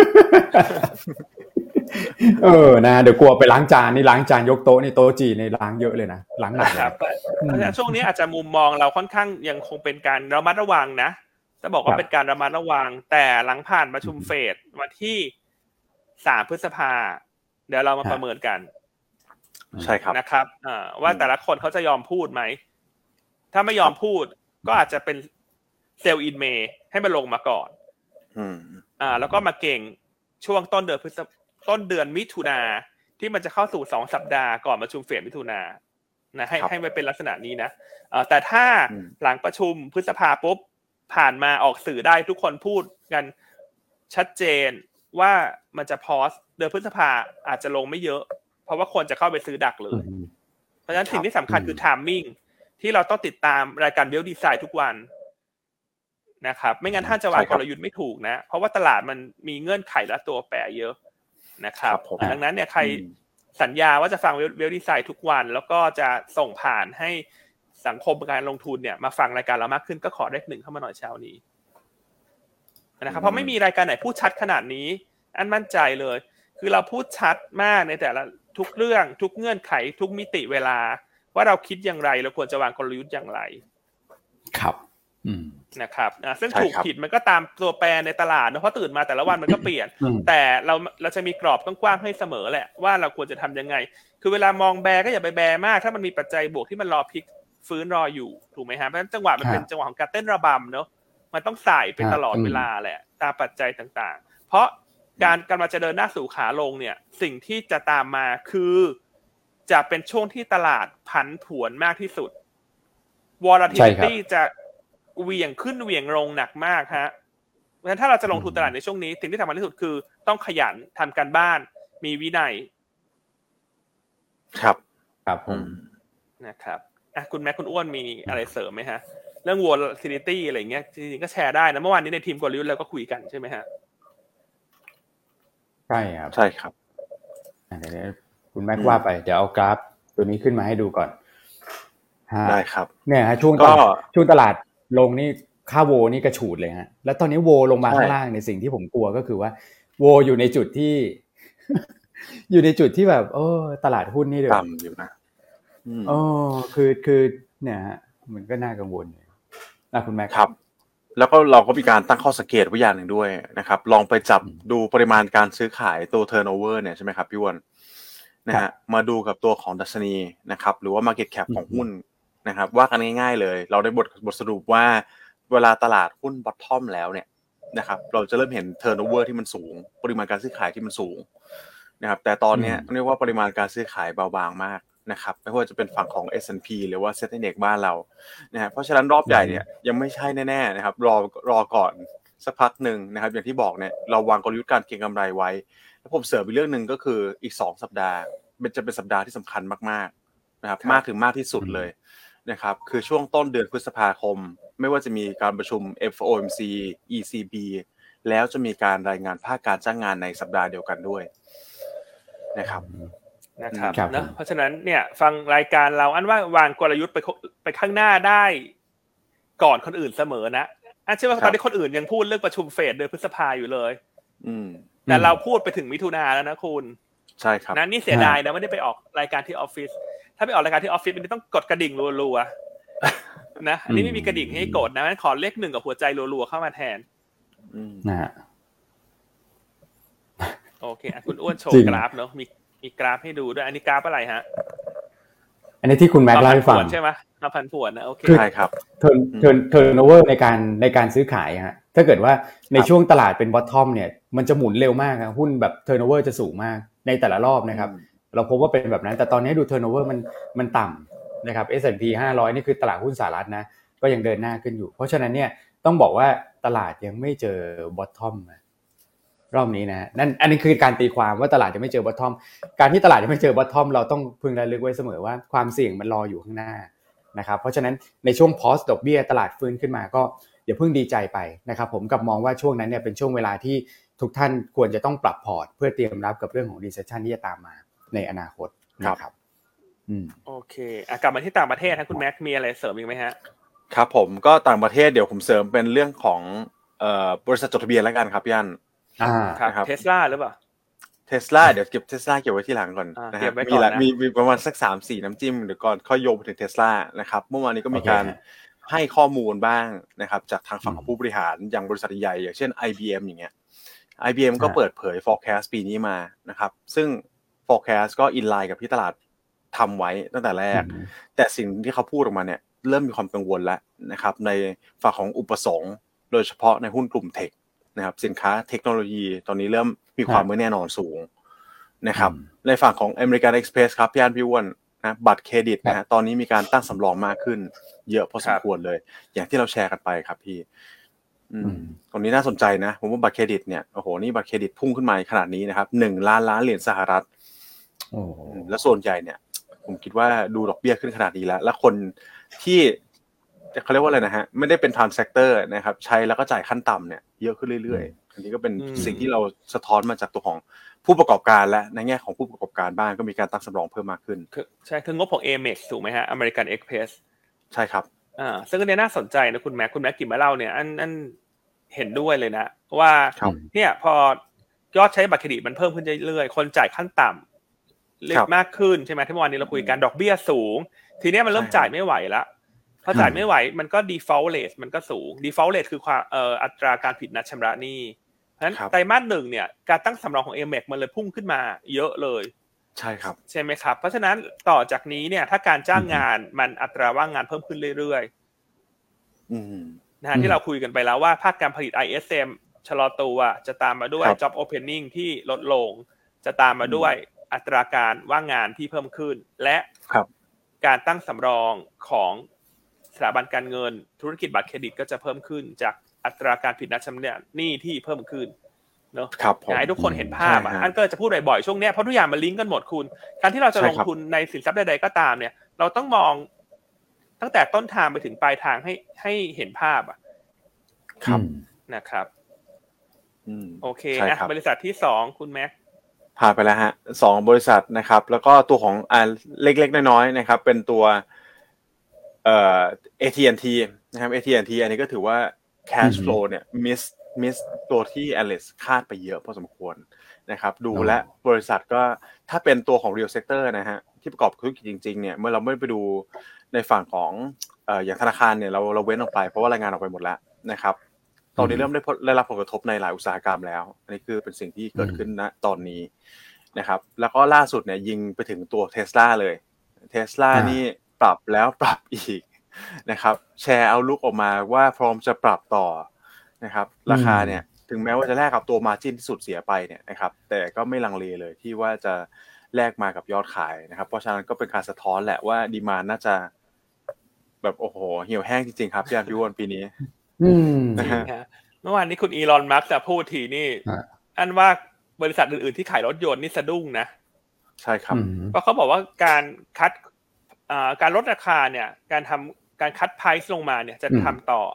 นะเดี๋ยวกลัวไปล้างจานนี่ล้างจานยกโต๊ะนี่โต๊ะจีนนี่ล้างเยอะเลยนะล้างหนักครับเพราะฉะนั้นช่วงนี้อาจจะมุมมองเราค่อนข้างยังคงเป็นการระมัดระวังนะจะบอกว่าเป็นการระมัดระวังแต่หลังผ่านประชุมเฟดวันที่3พฤษภาเดี๋ยวเรามาประเมินกันใช่ครับนะครับว่าแต่ละคนเขาจะยอมพูดไหมถ้าไม่ยอมพูดก็อาจจะเป็นเซลล์อินเมย์ให้มันลงมาก่อนแล้วก็มาเก่งช่วงต้นเดือนมิถุนาที่มันจะเข้าสู่2สัปดาห์ก่อนประชุมเฟดมิถุนานะให้มันเป็นลักษณะนี้นะแต่ถ้าหลังประชุมพฤษภาปุ๊บผ่านมาออกสื่อได้ทุกคนพูดกันชัดเจนว่ามันจะพอสเดือนพฤษภาอาจจะลงไม่เยอะเพราะว่าคนจะเข้าไปซื้อดักเลยเพราะฉะนั้นสิ่งที่สำคัญคือไทมิ่งที่เราต้องติดตามรายการเวลดีไซน์ทุกวันนะครับไม่งั้นท่านจะวางกลยุทธ์ไม่ถูกนะเพราะว่าตลาดมันมีเงื่อนไขและตัวแปรเยอะนะครับดังนั้นเนี่ยใครสัญญาว่าจะฟังเวลดีไซน์ทุกวันแล้วก็จะส่งผ่านให้สังคมการลงทุนเนี่ยมาฟังรายการเรามากขึ้นก็ขอเลข1เข้ามาหน่อยเช้านี้นะครับเพราะไม่มีรายการไหนพูดชัดขนาดนี้อันมั่นใจเลยคือเราพูดชัดมากในแต่ละทุกเรื่องทุกเงื่อนไขทุกมิติเวลาว่าเราคิดอย่างไรเราควรจะวางกลยุทธ์อย่างไรครับนะครับซึ่งถูกผิดมันก็ตามตัวแปรในตลาดนะเพราะตื่นมาแต่ละวันมันก็เปลี่ยนแต่เราจะมีกรอบกว้างๆให้เสมอแหละว่าเราควรจะทำยังไงคือเวลามองแบก็อย่าไปแบมากถ้ามันมีปัจจัยบวกที่มันรอพลิกฟื้นรออยู่ถูกไหมฮะเพราะฉะนั้นจังหวะมันเป็นจังหวะของการเต้นระบำเนาะมันต้องใส่ไปตลอดเวลาแหละตามปัจจัยต่างๆเพราะการกำลังจะเดินหน้าสู่ขาลงเนี่ยสิ่งที่จะตามมาคือจะเป็นช่วงที่ตลาดผันผวนมากที่สุด volatility จะเหวี่ยงขึ้นเหวี่ยงลงหนักมากฮะเพราะฉะนั้นถ้าเราจะลงทุนตลาดในช่วงนี้สิ่งที่สำคัญที่สุดคือต้องขยันทำการบ้านมีวินัยครับนะครับคุณแม็กคุณอ้วนมีอะไรเสริมไหมฮะเรื่อง volatility อะไรเงี้ยจริงๆก็แชร์ได้นะเมื่อวานนี้ในทีมกลยุทธ์เราก็คุยกันใช่ไหมฮะใช่ครับใช่ครับเดี๋ยวคุณแม็กว่าไปเดี๋ยวเอากราฟตัวนี้ขึ้นมาให้ดูก่อนได้ครับเนี่ยฮะช่วงตลาดลงนี่ค่าโวนี่กระฉูดเลยฮะแล้วตอนนี้โวลงมาข้างล่างในสิ่งที่ผมกลัวก็คือว่าโวอยู่ในจุดที่ อยู่ในจุดที่แบบตลาดหุ้นนี่เดี๋ยวต่ำอยู่นะคือเนี่ยฮะมันก็น่ากังวลนะคุณแม่ครับแล้วก็เราก็มีการตั้งข้อสังเกตไว้อย่างหนึ่งด้วยนะครับลองไปจับดูปริมาณการซื้อขายตัว turnover เนี่ยใช่ไหมครับพี่วอนนะฮะมาดูกับตัวของดัชนีนะครับหรือว่า market cap ของหุ้นนะครับว่ากันง่ายๆเลยเราได้บทสรุปว่าเวลาตลาดหุ้น bottom แล้วเนี่ยนะครับเราจะเริ่มเห็น turnover ที่มันสูงปริมาณการซื้อขายที่มันสูงนะครับแต่ตอนนี้เรียกว่าปริมาณการซื้อขายเบาบางมากนะครับไม่ว่าจะเป็นฝั่งของ S&P หรือว่า Set Index บ้านเรานะฮะเพราะฉะนั้นรอบใหญ่เนี่ยยังไม่ใช่แน่ๆนะครับรอก่อนสักพักนึงนะครับอย่างที่บอกเนี่ยเราวางกลยุทธ์การเก็งกำไรไว้แล้วผมเสริมอีกเรื่องนึงก็คืออีก2สัปดาห์จะเป็นสัปดาห์ที่สำคัญมากๆนะครับมากถึงมากที่สุดเลยนะครับคือช่วงต้นเดือนพฤษภาคมไม่ว่าจะมีการประชุม FOMC ECB แล้วจะมีการรายงานภาคการจ้างงานในสัปดาห์เดียวกันด้วยนะครับเนอะเพราะฉะนั้นเนี่ยฟังรายการเราอันว่าวางกลยุทธ์ไปข้างหน้าได้ก่อนคนอื่นเสมอนะเชื่อว่าตอนนี้คนอื่นยังพูดเรื่องประชุมเฟดเดือนพฤษภาอยู่เลยแต่เราพูดไปถึงมิถุนาแล้วนะคุณใช่ครับนะนี่เสียดายนะไม่ได้ไปออกรายการที่ออฟฟิศถ้าไปออกรายการที่ออฟฟิศมันต้องกดกระดิ่งรัวๆนะอันนี้ไม่มีกระดิ่งให้กดนะงั้นขอเลข1กับหัวใจรัวๆเข้ามาแทนนะฮะโอเคคุณอ้วนโชว์กราฟเนาะมีกราฟให้ดูด้วยอันนี้กราฟอะไรฮะอันนี้ที่คุณแม็กเล่าให้ฟังใช่ไหมพันผวนนะโอเคใช่ครับ turnover ในการซื้อขายฮะถ้าเกิดว่าในช่วงตลาดเป็น bottom เนี่ยมันจะหมุนเร็วมากหุ้นแบบ turnover จะสูงมากในแต่ละรอบนะครับเราพบว่าเป็นแบบนั้นแต่ตอนนี้ดู turnover มันต่ำนะครับ S&P 500นี่คือตลาดหุ้นสหรัฐนะก็ยังเดินหน้าขึ้นอยู่เพราะฉะนั้นเนี่ยต้องบอกว่าตลาดยังไม่เจอ bottomรอบนี้นะนั่นอันนี้คือการตีความว่าตลาดจะไม่เจอบอททอมการที่ตลาดจะไม่เจอบอททอมเราต้องพึงระลึกไว้เสมอว่าความเสี่ยงมันรออยู่ข้างหน้านะครับเพราะฉะนั้นในช่วงพอสดอกเบี้ยตลาดฟื้นขึ้นมาก็อย่าเพิ่งดีใจไปนะครับผมกับมองว่าช่วงนั้นเนี่ยเป็นช่วงเวลาที่ทุกท่านควรจะต้องปรับพอร์ตเพื่อเตรียมรับกับเรื่องของ recession ที่จะตามมาในอนาคตนะครับโอเคกลับมาที่ต่างประเทศนะคุณแม็กมีอะไรเสริมอีกไหมฮะครับผมก็ต่างประเทศเดี๋ยวผมเสริมเป็นเรื่องของบริษัทจดทะเบียนแล้วกันครับย่านครับ Tesla หรือเปล่า Tesla เดี๋ยวเก็บ Tesla เก็บไว้ที่หลังก่อนนะฮะมีประมาณสัก 3-4 น้ำจิ้มเดี๋ยวก่อนค่อยโยงไปถึง Tesla นะครับเมื่อวานนี้ก็มีการให้ข้อมูลบ้างนะครับจากทางฝั่งของผู้บริหารอย่างบริษัทใหญ่อย่างเช่น IBM อย่างเงี้ย IBM ก็เปิดเผย forecast ปีนี้มานะครับซึ่ง forecast ก็ in line กับที่ตลาดทำไว้ตั้งแต่แรกแต่สิ่งที่เขาพูดออกมาเนี่ยเริ่มมีความกังวลแล้วนะครับในฝั่งของอุปสงค์โดยเฉพาะในหุ้นกลุ่มเทคนะครับสินค้าเทคโนโลยีตอนนี้เริ่มมีความไม่แน่นอนสูงนะครับในฝั่งของ American Express ครับพี่อันพี่อ้วนนะบัตรเครดิตนะฮะตอนนี้มีการตั้งสำรองมากขึ้นเยอะพอสมควรเลยอย่างที่เราแชร์กันไปครับพี่ตรงนี้น่าสนใจนะผมว่าบัตรเครดิตเนี่ยโอ้โหนี่บัตรเครดิตพุ่งขึ้นมาขนาดนี้นะครับ1 ล้านล้านเหรียญสหรัฐแล้วส่วนใหญ่เนี่ยผมคิดว่าดูดอกเบี้ยขึ้นขนาดนี้แล้วคนที่เขาเรียกว่าอะไรนะฮะไม่ได้เป็น transaction นะครับใช้แล้วก็จ่ายขั้นต่ำเนี่ยเยอะขึ้นเรื่อยๆอันนี้ก็เป็นสิ่งที่เราสะท้อนมาจากตัวของผู้ประกอบการและในแง่ของผู้ประกอบการบ้างก็มีการตั้งสำรองเพิ่มมากขึ้นใช่คืองบของ Amex ถูกไหมฮะ American Express ใช่ครับซึ่งอันนี้น่าสนใจนะคุณแม็กกินมาเล่าเนี่ยอันเห็นด้วยเลยนะว่าเนี่ยพอยอดใช้บัตรเครดิตมันเพิ่มขึ้นเรื่อยๆคนจ่ายขั้นต่ำเล็กมากขึ้นใช่ไหมที่เมื่อวานนี้เราคุยกันดอกเบี้ยสูงทีนี้มันเริ่มจ่ายไม่ไหวแล้วพอจ่ายไม่ไหวมันก็ default rate มันก็สูง default rate คือความอัตราการผิดนัดชำระหนี้เพราะฉะนั้นไตรมาส1เนี่ยการตั้งสำรองของ Amex มันเลยพุ่งขึ้นมาเยอะเลยใช่ครับใช่ไหมครับเพราะฉะนั้นต่อจากนี้เนี่ยถ้าการจ้างงานมันอัตราว่างงานเพิ่มขึ้นเรื่อยๆนะฮะที่เราคุยกันไปแล้วว่าภาคการผลิต ISM ชะลอตัวจะตามมาด้วย job opening ที่ลดลงจะตามมาด้วยอัตราการว่างงานที่เพิ่มขึ้นและการตั้งสำรองของสถาบันการเงินธุรกิจบัตรเครดิตก็จะเพิ่มขึ้นจากอัตราการผิดนัดชำระหนี้ที่เพิ่มขึ้นเนาะอยากให้ทุกคนเห็นภาพอันก็จะพูดบ่อยๆช่วงนี้เพราะทุกอย่างมันลิงก์กันหมดคุณการที่เราจะลงทุนในสินทรัพย์ใดๆก็ตามเนี่ยเราต้องมองตั้งแต่ต้นทางไปถึงปลายทางให้เห็นภาพครับนะครับโอเคบริษัทที่2คุณแม็กผ่านไปแล้วฮะ2บริษัทนะครับแล้วก็ตัวของเล็กๆน้อยๆนะครับเป็นตัวAT&T นะครับ AT&T อันนี้ก็ถือว่า cash flow เนี่ย miss มิสตัวที่ analyst คาดไปเยอะพอสมควรนะครับดูและบริษัทก็ถ้าเป็นตัวของ real sector นะฮะที่ประกอบธุรกิจจริงๆเนี่ยเมื่อเราไม่ไปดูในฝั่งของอย่างธนาคารเนี่ยเราเว้นออกไปเพราะว่ารายงานออกไปหมดแล้วนะครับตอนนี้เริ่มได้รับผลกระทบในหลายอุตสาหกรรมแล้วอันนี้คือเป็นสิ่งที่เกิดขึ้นณตอนนี้นะครับแล้วก็ล่าสุดเนี่ยยิงไปถึงตัว Tesla เลย Tesla นี่ปรับแล้วปรับอีกนะครับแชร์เอาลุกออกมาว่าพร้อมจะปรับต่อนะครับราคาเนี่ยถึงแม้ว่าจะแลกกับตัว margin ที่สุดเสียไปเนี่ยนะครับแต่ก็ไม่ลังเลเลยที่ว่าจะแลกมากับยอดขายนะครับเพราะฉะนั้นก็เป็นการสะท้อนแหละว่าดีมานด์น่าจะแบบโอ้โหเหี่ยวแห้งจริงๆครับพี่วอนปีนี้จริงฮะเมื่อวานนี้คุณอีลอนมัสก์จะพูดทีนี่อันว่าบริษัทอื่นๆที่ขายรถยนต์นี่สะดุ้งนะใช่ครับเพราะเขาบอกว่าการลดราคาเนี่ยการคัดไพรซ์ลงมาเนี่ยจะทำต่อ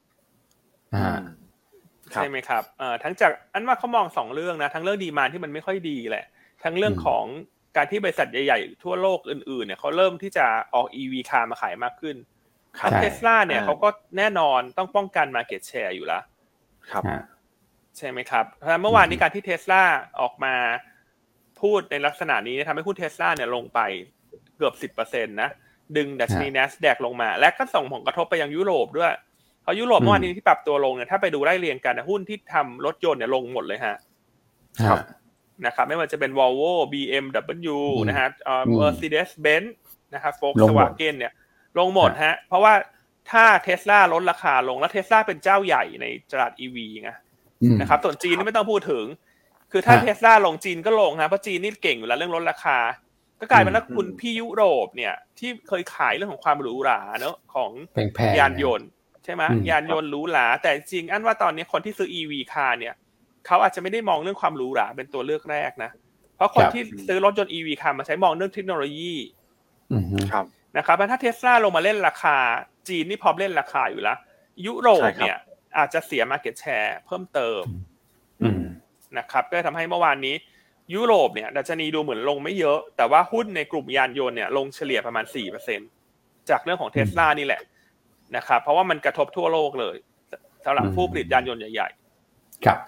ใช่ไหมครับทั้งจากอันว่าเขามอง2เรื่องนะทั้งเรื่องดีมานด์ที่มันไม่ค่อยดีแหละทั้งเรื่องของการที่บริษัทใหญ่ๆทั่วโลกอื่นๆเนี่ยเขาเริ่มที่จะออก EV car มาขายมากขึ้นTesla เนี่ยเขาก็แน่นอนต้องป้องกัน market share อยู่แล้วครับใช่ไหมครับเพราะฉะนั้นเมื่อวานนี้การที่ Tesla ออกมาพูดในลักษณะนี้ทำให้หุ้น Tesla เนี่ยลงไปเกือบ 10% นะดึงดัชนี NASDAQ ลงมาและก็ส่งผลกระทบไปยังยุโรปด้วยเพราะยุโรปเมื่อวานนี้ที่ปรับตัวลงเนี่ยถ้าไปดูไล่เรียงกันหุ้นที่ทำรถยนต์เนี่ยลงหมดเลยฮะครับนะครับไม่ว่าจะเป็น Volvo BMW นะฮะMercedes-Benz นะครับ Volkswagen เนี่ยลงหมดฮะเพราะว่าถ้า Tesla ลดราคาลงแล้ว Tesla เป็นเจ้าใหญ่ในตลาด EV ไงนะครับส่วนจีนนี่ไม่ต้องพูดถึงคือถ้า Tesla ลงจีนก็ลงฮะเพราะจีนนี่เก่งอยู่แล้วเรื่องลดราคาก็กลายเป็นว่าคุณพี่ยุโรปเนี่ยที่เคยขายเรื่องของความหรูหราเนอะของยานยนต์ใช่ไหมยานยนต์หรูหราแต่จริงอันว่าตอนนี้คนที่ซื้อ EV car เนี่ยเขาอาจจะไม่ได้มองเรื่องความหรูหราเป็นตัวเลือกแรกนะเพราะคนที่ซื้อรถยนต์ EV car มาใช้มองเรื่องเทคโนโลยีครับนะครับถ้า Tesla ลงมาเล่นราคาจีนนี่พร้อมเล่นราคาอยู่แล้วยุโรปเนี่ยอาจจะเสีย market share เพิ่มเติมนะครับก็ทำให้เมื่อวานนี้ยุโรปเนี่ยดัชนีดูเหมือนลงไม่เยอะแต่ว่าหุ้นในกลุ่มยานยนต์เนี่ยลงเฉลี่ยประมาณ 4% จากเรื่องของ Tesla นี่แหละนะครับเพราะว่ามันกระทบทั่วโลกเลยสำหรับผู้ผลิตยานยนต์ใหญ่ๆครับ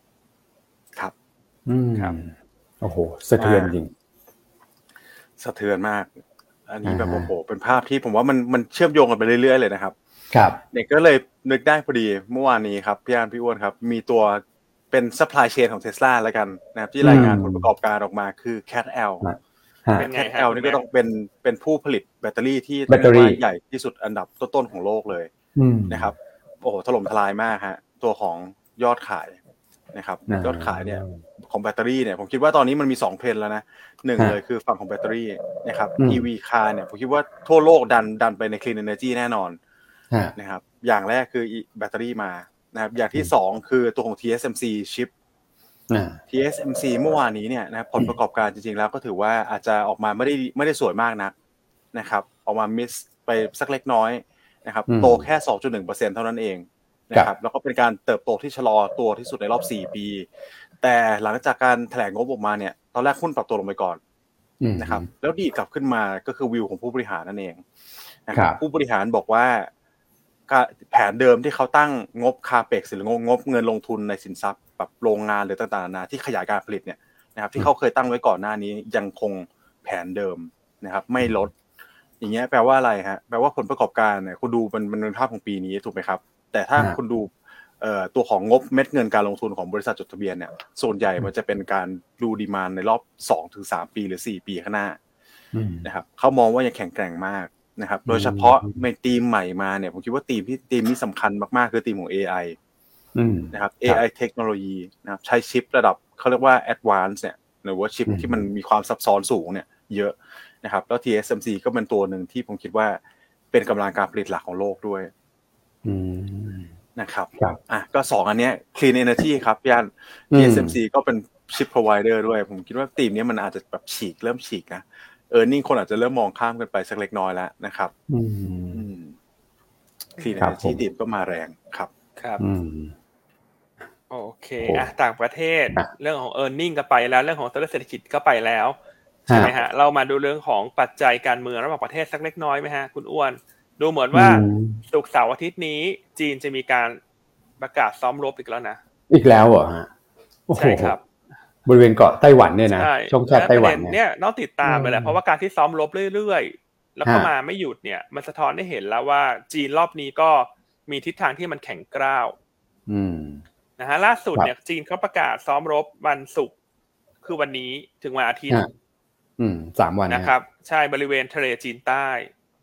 ครับโอ้โหสะเทือนจริงสะเทือนมากอันนี้แบบโอ้โหเป็นภาพที่ผมว่ามันเชื่อมโยงกันไปเรื่อยๆเลยนะครับครับเนี่ยก็เลยนึกได้พอดีเมื่อวานนี้ครับพี่อันพี่อ้วนครับมีตัวเป็น supply chain ของ Tesla แล้วกันนะครับที่รายงานผลประกอบการออกมาคือ CATL CATL นี่ก็ต้องเป็นผู้ผลิตแบตเตอรี่ที่ใหญ่ที่สุดอันดับต้นๆของโลกเลยนะครับโอ้โหถล่มทลายมากฮะตัวของยอดขายนะครับยอดขายเนี่ยของแบตเตอรี่เนี่ยผมคิดว่าตอนนี้มันมี2เทรนด์แล้วนะ1เลยคือฝั่งของแบตเตอรี่นะครับ EV car เนี่ยผมคิดว่าทั่วโลกดันไปใน clean energy แน่นอนนะครับอย่างแรกคือแบตเตอรี่มานะครับอย่างที่2คือตัวของ TSMC ชิปTSMC เมื่อวานนี้เนี่ยนะผลประกอบการจริงๆแล้วก็ถือว่าอาจจะออกมาไม่ได้สวยมากนักนะครับออกมามิสไปสักเล็กน้อยนะครับโตแค่ 2.1% เท่านั้นเองนะครับแล้วก็เป็นการเติบโตที่ชะลอตัวที่สุดในรอบ4ปีแต่หลังจากการแถลงงบออกมาเนี่ยตอนแรกหุ้นปรับตัวลงไปก่อนนะครับแล้วดีดกลับขึ้นมาก็คือวิวของผู้บริหารนั่นเองนะครับผู้บริหารบอกว่าแผนเดิมที่เขาตั้งงบคาเปกหรืองบเงินลงทุนในสินทรัพย์แบบโรงงานหรือต่างๆนาที่ขยายการผลิตเนี่ยนะครับที่เขาเคยตั้งไว้ก่อนหน้านี้ยังคงแผนเดิมนะครับไม่ลดอย่างเงี้ยแปลว่าอะไรฮะแปลว่าผลประกอบการเนี่ยคุณดูมันเป็นภาพของปีนี้ถูกไหมครับแต่ถ้าคุณดูตัวของงบเม็ดเงินการลงทุนของบริษัทจดทะเบียนเนี่ยส่วนใหญ่มันจะเป็นการดูดีมานด์ในรอบ 2-3 ปีหรือ4ปีข้างหน้านะครับเขามองว่ายังแข็งแกร่งมากนะครับโดยเฉพาะในธีมใหม่มาเนี่ยผมคิดว่าธีมนี้สำคัญมากๆคือธีมของ AI นะครับ AI เทคโนโลยีนะครับใช้ชิประดับเขาเรียกว่า Advanced เนี่ยหรือว่าชิปที่มันมีความซับซ้อนสูงเนี่ยเยอะนะครับแล้ว TSMC ก็เป็นตัวหนึ่งที่ผมคิดว่าเป็นกำลังการผลิตหลักของโลกด้วยนะครับก็2อันเนี้ย Clean Energy ครับพี่อัน TSMC ก็เป็น Chip Provider ด้วยผมคิดว่าธีมนี้มันอาจจะแบบเริ่มฉีกนะนี่คนอาจจะเริ่มมองข้ามกันไปสักเล็กน้อยแล้วนะครับClean Energy ธีมก็มาแรงครับโอเคต่างประเทศเรื่องของ earning ก็ไปแล้วเรื่องของตัวเลขเศรษฐกิจก็ไปแล้วใช่ไหมฮะเรามาดูเรื่องของปัจจัยการเมืองระหว่างประเทศสักเล็กน้อยไหมฮะคุณอ้วนดูเหมือนว่าศุกร์เสาร์อาทิตย์นี้จีนจะมีการประกาศซ้อมรบอีกแล้วนะอีกแล้วเหรอฮะใช่ครับบริเวณเกาะไต้หวันเนี่ยนะช่องแคบไต้หวันเนี่ยต้องติดตามไปแหละเพราะว่าการที่ซ้อมรบเรื่อยๆแล้วก็มาไม่หยุดเนี่ยมันสะท้อนให้เห็นแล้วว่าจีนรอบนี้ก็มีทิศทางที่มันแข็งกร้าวนะฮะล่าสุดเนี่ยจีนเขาประกาศซ้อมรบวันศุกร์คือวันนี้ถึงวันอาทิตย์ 3 วันนะครับใช่บริเวณทะเลจีนใต้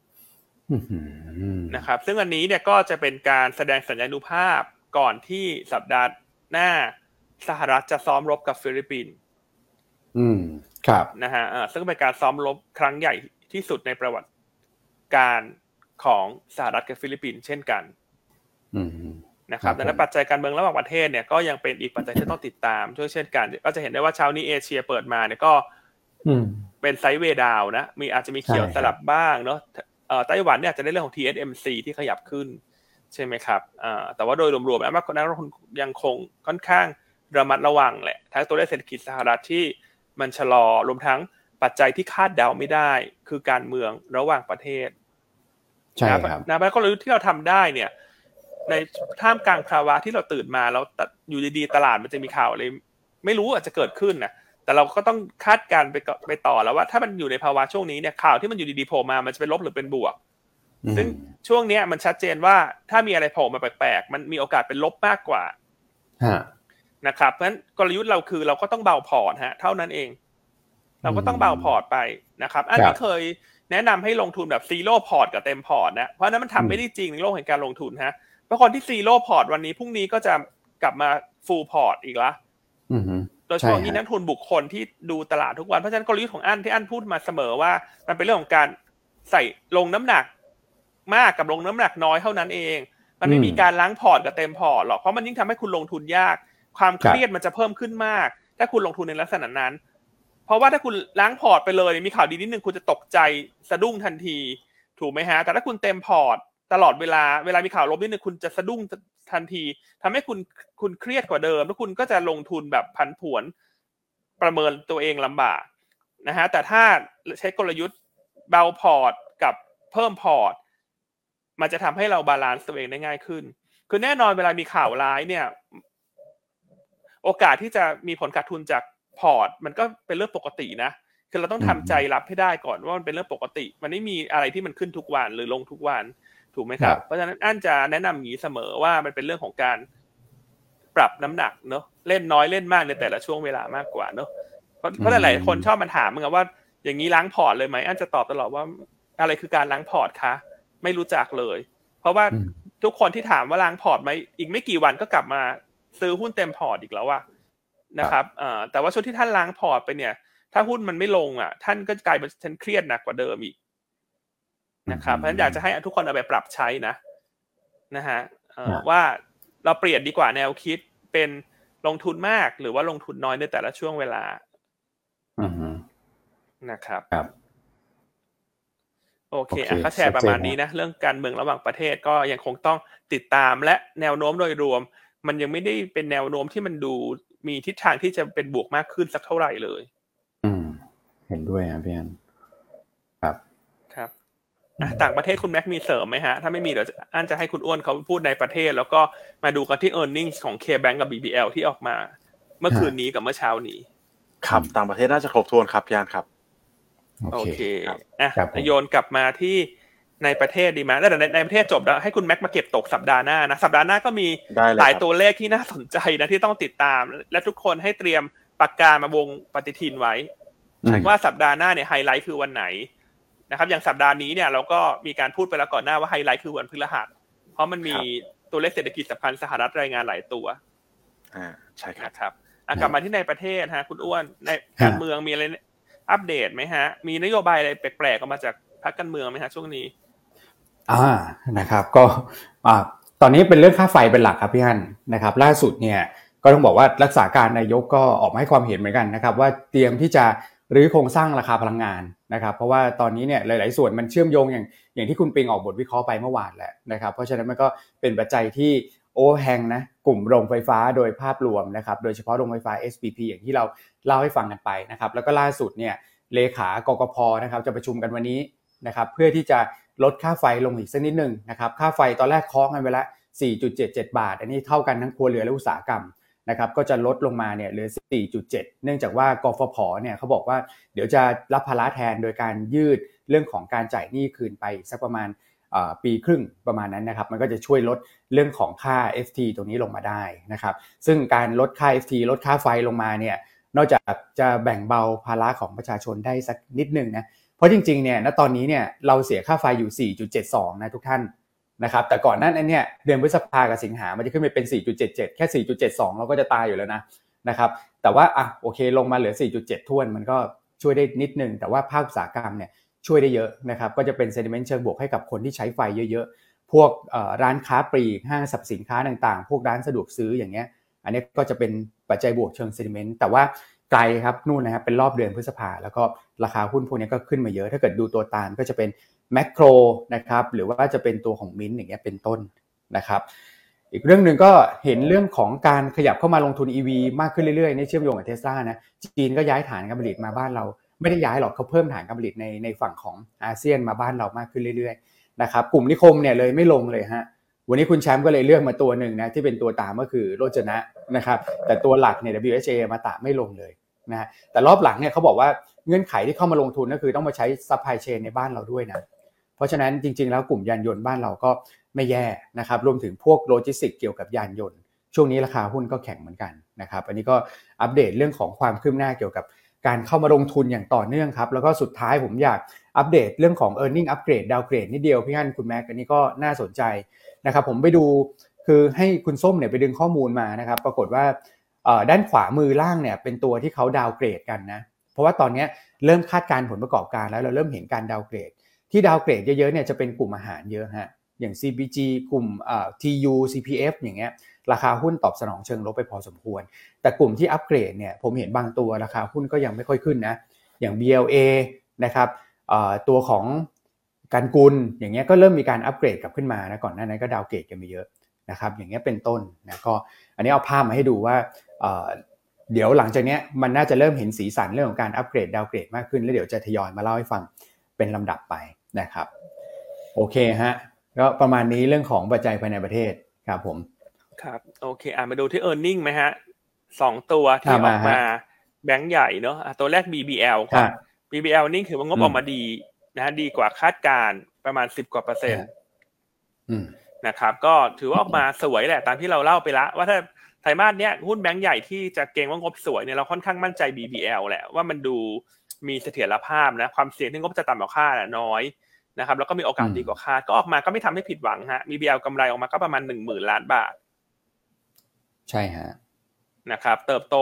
นะครับซึ่งอันนี้เนี่ยก็จะเป็นการแสดงสัญญานุภาพก่อนที่สัปดาห์หน้าสหรัฐจะซ้อมรบกับฟิลิปปินส์ครับนะฮะซึ่งเป็นการซ้อมรบครั้งใหญ่ที่สุดในประวัติการของสหรัฐกับฟิลิปปินส์เช่นกันนะครับดังนั้นปัจจัยการเมืองระหว่างประเทศเนี่ยก็ยังเป็นอีกปัจจัยที่ต้องติดตามด้วยเช่นกันก็จะเห็นได้ว่าเช้านี้เอเชียเปิดมาเนี่ยก็เป็นไซด์เวย์ดาวนะอาจจะมีเขียวสลับบ้างเนาะไต้หวันเนี่ยจะได้เรื่องของ TSMC ที่ขยับขึ้นใช่ไหมครับแต่ว่าโดยรวมๆแล้วนักลงทุนยังคงค่อนข้างระมัดระวังแหละทั้งตัวเลขเศรษฐกิจสหรัฐที่มันชะลอรวมทั้งปัจจัยที่คาดเดาไม่ได้คือการเมืองระหว่างประเทศใช่ครับแล้วก็ที่เราทำได้เนี่ยในท่ามกลางภาวะที่เราตื่นมาแล้วอยู่ดีๆตลาดมันจะมีข่าวอะไรไม่รู้อาจจะเกิดขึ้นนะแต่เราก็ต้องคาดการณ์ไปต่อแล้วว่าถ้ามันอยู่ในภาวะช่วงนี้เนี่ยข่าวที่มันอยู่ดีๆโผล่มามันจะเป็นลบหรือเป็นบวกซึ่งช่วงนี้มันชัดเจนว่าถ้ามีอะไรโผล่มาแปลกๆมันมีโอกาสเป็นลบมากกว่านะครับเพราะฉะนั้นกลยุทธ์เราคือเราก็ต้องเบาพอร์ตฮะเท่านั้นเองเราก็ต้องเบาพอร์ตไปนะครับอันนี้เคยแนะนำให้ลงทุนแบบซีโร่พอร์ตกับเต็มพอร์ตนะเพราะนั้นมันทำไม่ได้จริงในโลกแห่งการลงทุนฮะเพราะคนที่ซีโร่พอร์ตวันนี้พรุ่งนี้ก็จะกลับมาฟูลพอร์ตอีกละโดยเฉพาะที่นักทุนบุคคลที่ดูตลาดทุกวันเพราะฉะนั้นกลยุทธ์ของอั้นที่อั้นพูดมาเสมอว่ามันเป็นเรื่องของการใส่ลงน้ำหนักมากกับลงน้ำหนักน้อยเท่านั้นเองมันไม่มีการล้างพอร์ตกับเต็มพอร์ตหรอกเพราะมันยิ่งทำให้คุณลงทุนยากความเครียดมันจะเพิ่มขึ้นมากถ้าคุณลงทุนในลักษณะนั้นเพราะว่าถ้าคุณล้างพอร์ตไปเลยมีข่าวดีนิดนึงคุณจะตกใจสะดุ้งทันทีถูกไหมฮะแต่ถ้าคุณเต็มพอร์ตตลอดเวลามีข่าวลบนิดนึงคุณจะสะดุ้งทันทีทำให้คุณเครียดกว่าเดิมแล้วคุณก็จะลงทุนแบบผันผวนประเมินตัวเองลำบากนะฮะแต่ถ้าใช้กลยุทธ์เบาพอร์ตกับเพิ่มพอร์ตมันจะทำให้เราบาลานซ์ตัวเองได้ง่ายขึ้นคือแน่นอนเวลามีข่าวร้ายเนี่ยโอกาสที่จะมีผลขาดทุนจากพอร์ตมันก็เป็นเรื่องปกตินะคือเราต้องทำใจรับให้ได้ก่อนว่ามันเป็นเรื่องปกติมันไม่มีอะไรที่มันขึ้นทุกวันหรือลงทุกวันถูกไหมครับเพราะฉะนั้นอั้นจะแนะนำอย่างนี้เสมอว่ามันเป็นเรื่องของการปรับน้ำหนักเนอะเล่นน้อยเล่นมากในแต่ละช่วงเวลามากกว่าเนอะเพราะหลายๆคนชอบมาถามมึงว่าอย่างนี้ล้างพอร์ตเลยไหมอั้นจะตอบตลอดว่าอะไรคือการล้างพอร์ตคะไม่รู้จักเลยเพราะว่าทุกคนที่ถามว่าล้างพอร์ตไหมอีกไม่กี่วันก็กลับมาซื้อหุ้นเต็มพอร์ตอีกแล้วว่านะครับแต่ว่าช่วงที่ท่านล้างพอร์ตไปเนี่ยถ้าหุ้นมันไม่ลงท่านก็กลายเป็นฉันเครียดหนักกว่าเดิมอีกนะครับเพราะฉะนั้นอยากจะให้ทุกคนเอาไปปรับใช้นะฮะว่าเราเปลี่ยนดีกว่าแนวคิดเป็นลงทุนมากหรือว่าลงทุนน้อยในแต่ละช่วงเวลานะครับโอเคก็แชร์ประมาณนี้นะเรื่องการเมืองระหว่างประเทศก็ยังคงต้องติดตามและแนวโน้มโดยรวมมันยังไม่ได้เป็นแนวโน้มที่มันดูมีทิศทางที่จะเป็นบวกมากขึ้นสักเท่าไหร่เลยเห็นด้วยครับพี่อันครับต่างประเทศคุณแม็กมีเสริมไหมฮะถ้าไม่มีเดี๋ยวอันจะให้คุณอ้วนเขาพูดในประเทศแล้วก็มาดูกันที่ earnings ของ K-Bank กับ BBL ที่ออกมาเมื่อคืนนี้กับเมื่อเช้านี้ครับต่างประเทศน่าจะครบถ้วนครับพี่อันครับโอเคโยนกลับมาที่ในประเทศดีไหมแล้วในประเทศจบแล้วให้คุณแม็กมาเก็บตกสัปดาห์หน้านะสัปดาห์หน้าก็มีหลายตัวเลขที่น่าสนใจนะที่ต้องติดตามและทุกคนให้เตรียมปากกามาวงปฏิทินไว้ว่าสัปดาห์หน้าเนี่ยไฮไลท์คือวันไหนนะครับอย่างสัปดาห์นี้เนี่ยเราก็มีการพูดไปแล้วก่อนหน้าว่าไฮไลท์คือวันพฤหัสเพราะมันมีตัวเลขเศรษฐกิจสำคัญสหรัฐรายงานหลายตัวใช่ครับกลับมาที่ในประเทศฮะคุณอ้วนในการเมืองมีอะไรอัปเดตไหมฮะมีนโยบายอะไรแปลกๆออกมาจากพรรคการเมืองไหมฮะช่วงนี้นะครับก็ตอนนี้เป็นเรื่องค่าไฟเป็นหลักครับพี่ฮั่นนะครับล่าสุดเนี่ยก็ต้องบอกว่ารักษาการนายกก็ออกมาให้ความเห็นเหมือนกันนะครับว่าเตรียมที่จะรื้อโครงสร้างราคาพลังงานนะครับเพราะว่าตอนนี้เนี่ยหลายๆส่วนมันเชื่อมโยงอย่างที่คุณปิงออกบทวิเคราะห์ไปเมื่อวานแหละนะครับเพราะฉะนั้นมันก็เป็นปัจจัยที่โอเวอร์แฮงนะกลุ่มโรงไฟฟ้าโดยภาพรวมนะครับโดยเฉพาะโรงไฟฟ้า SPP อย่างที่เราเล่าให้ฟังกันไปนะครับแล้วก็ล่าสุดเนี่ยเลขากกพ.นะครับจะประชุมกันวันนี้นะครับเพื่อที่จะลดค่าไฟลงอีกสักนิดนึงนะครับค่าไฟตอนแรกเคาะกันไปแล้ว 4.77 บาทอันนี้เท่ากันทั้งครัวเรือนและอุตสาหกรรมนะครับก็จะลดลงมาเนี่ยเหลือ 4.7 เนื่องจากว่ากฟผเนี่ยเขาบอกว่าเดี๋ยวจะรับภาระแทนโดยการยืดเรื่องของการจ่ายหนี้คืนไปสักประมาณปีครึ่งประมาณนั้นนะครับมันก็จะช่วยลดเรื่องของค่า FT ตรงนี้ลงมาได้นะครับซึ่งการลดค่า FT ลดค่าไฟลงมาเนี่ยนอกจากจะแบ่งเบาภาระของประชาชนได้สักนิดนึงนะเพราะจริงๆเนี่ยณตอนนี้เนี่ยเราเสียค่าไฟอยู่ 4.72 นะทุกท่านนะครับแต่ก่อนนั้นเนี่ยเดือนพฤษภาคมกับสิงหามันจะขึ้นไปเป็น 4.77 แค่ 4.72 เราก็จะตายอยู่แล้วนะครับแต่ว่าโอเคลงมาเหลือ 4.7 ท้วนมันก็ช่วยได้นิดนึงแต่ว่าภาคอุตสาหกรรมเนี่ยช่วยได้เยอะนะครับก็จะเป็น sentiment เชิงบวกให้กับคนที่ใช้ไฟเยอะๆพวกร้านค้าปลีกห้างสรรพสินค้าต่างๆพวกร้านสะดวกซื้ออย่างเงี้ยอันนี้ก็จะเป็นปัจจัยบวกเชิง sentiment แต่ว่าไกลครับนู่นนะครับเป็นรอบเดือนพฤษภาแล้วก็ราคาหุ้นพวกนี้ก็ขึ้นมาเยอะถ้าเกิดดูตัวตามก็จะเป็นแมคโครนะครับหรือว่าจะเป็นตัวของมิ้นท์อย่างเงี้ยเป็นต้นนะครับอีกเรื่องนึงก็เห็นเรื่องของการขยับเข้ามาลงทุน EV มากขึ้นเรื่อยๆในเชื่อมโยงกับ Tesla นะจีนก็ย้ายฐานการผลิตมาบ้านเราไม่ได้ย้ายหรอกเขาเพิ่มฐานการผลิตในฝั่งของอาเซียนมาบ้านเรามากขึ้นเรื่อยๆนะครับกลุ่มนิคมเนี่ยเลยไม่ลงเลยฮะวันนี้คุณแชมป์ก็เลยเลือกมาตัวนึงนะที่เป็นตัวตามก็คือโรจนะนะครับแต่ตัวหลักเนี่ย WHA มาตะไม่ลงเลยนะฮะแต่รอบหลังเนี่ยเขาบอกว่าเงื่อนไขที่เข้ามาลงทุนก็คือต้องมาใช้ซัพพลายเชนในบ้านเราด้วยนะเพราะฉะนั้นจริงๆแล้วกลุ่มยานยนต์บ้านเราก็ไม่แย่นะครับรวมถึงพวกโลจิสติกส์เกี่ยวกับยานยนต์ช่วงนี้ราคาหุ้นก็แข็งเหมือนกันนะครับอันนี้ก็อัปเดตเรื่องของความคืบหน้าเกี่ยวกับการเข้ามาลงทุนอย่างต่อเนื่องครับแล้วก็สุดท้ายผมอยากอัปเดตเรื่องของ earning upgrade downgrade นิดเดียวพี่ฮั่นคุณแม็กอันนี้ก็น่าสนใจนะครับผมไปดูคือให้คุณส้มเนี่ยไปดึงข้อมูลมานะครับปรากฏว่าด้านขวามือล่างเนี่ยเป็นตัวที่เขาดาวเกรดกันนะเพราะว่าตอนนี้เริ่มคาดการณ์ผลประกอบการแล้วเราเริ่มเห็นการดาวเกรดที่ดาวเกรดเยอะๆเนี่ยจะเป็นกลุ่มอาหารเยอะฮะอย่าง CPG กลุ่มTU CPF อย่างเงี้ยราคาหุ้นตอบสนองเชิงลบไปพอสมควรแต่กลุ่มที่อัปเกรดเนี่ยผมเห็นบางตัวราคาหุ้นก็ยังไม่ค่อยขึ้นนะอย่าง BLA นะครับตัวของการกุลอย่างเงี้ยก็เริ่มมีการอัปเกรดกลับขึ้นมานะก่อนหน้านั้นก็ดาวเกรดกันไปเยอะนะครับอย่างเงี้ยเป็นต้นนะก็อันนี้เอาภาพมาให้ดูว่าเดี๋ยวหลังจากนี้มันน่าจะเริ่มเห็นสีสันเรื่องของการอัปเกรดดาวเกรดมากขึ้นแล้วเดี๋ยวจะทยอยมาเล่าให้ฟังเป็นลำดับไปนะครับโอเคฮะก็ประมาณนี้เรื่องของปัจจัยภายในประเทศครับผมครับโอเคมาดูที่ earning ไหมฮะ2ตัวที่ออกมาแบงก์ใหญ่เนาะตัวแรก BBL ก่อน BBL นี่คือว่างบออกมาดีนะฮะดีกว่าคาดการประมาณ10%กว่านะครับก็ถือว่าออกมาสวยแหละตามที่เราเล่าไปละว่าถ้าไตรมาสเนี้ยหุ้นแบงก์ใหญ่ที่จะเก็งว่างบสวยเนี่ยเราค่อนข้างมั่นใจ BBL แหละว่ามันดูมีเสถียรภาพนะความเสี่ยงที่งบจะต่ำกว่าคาดน้อยนะครับแล้วก็มีโอกาสดีกว่าคาดก็ออกมาก็ไม่ทำให้ผิดหวังฮะ BBL กำไรออกมาก็ประมาณ 10,000 ล้านบาทใช่ฮะนะครับเติบโต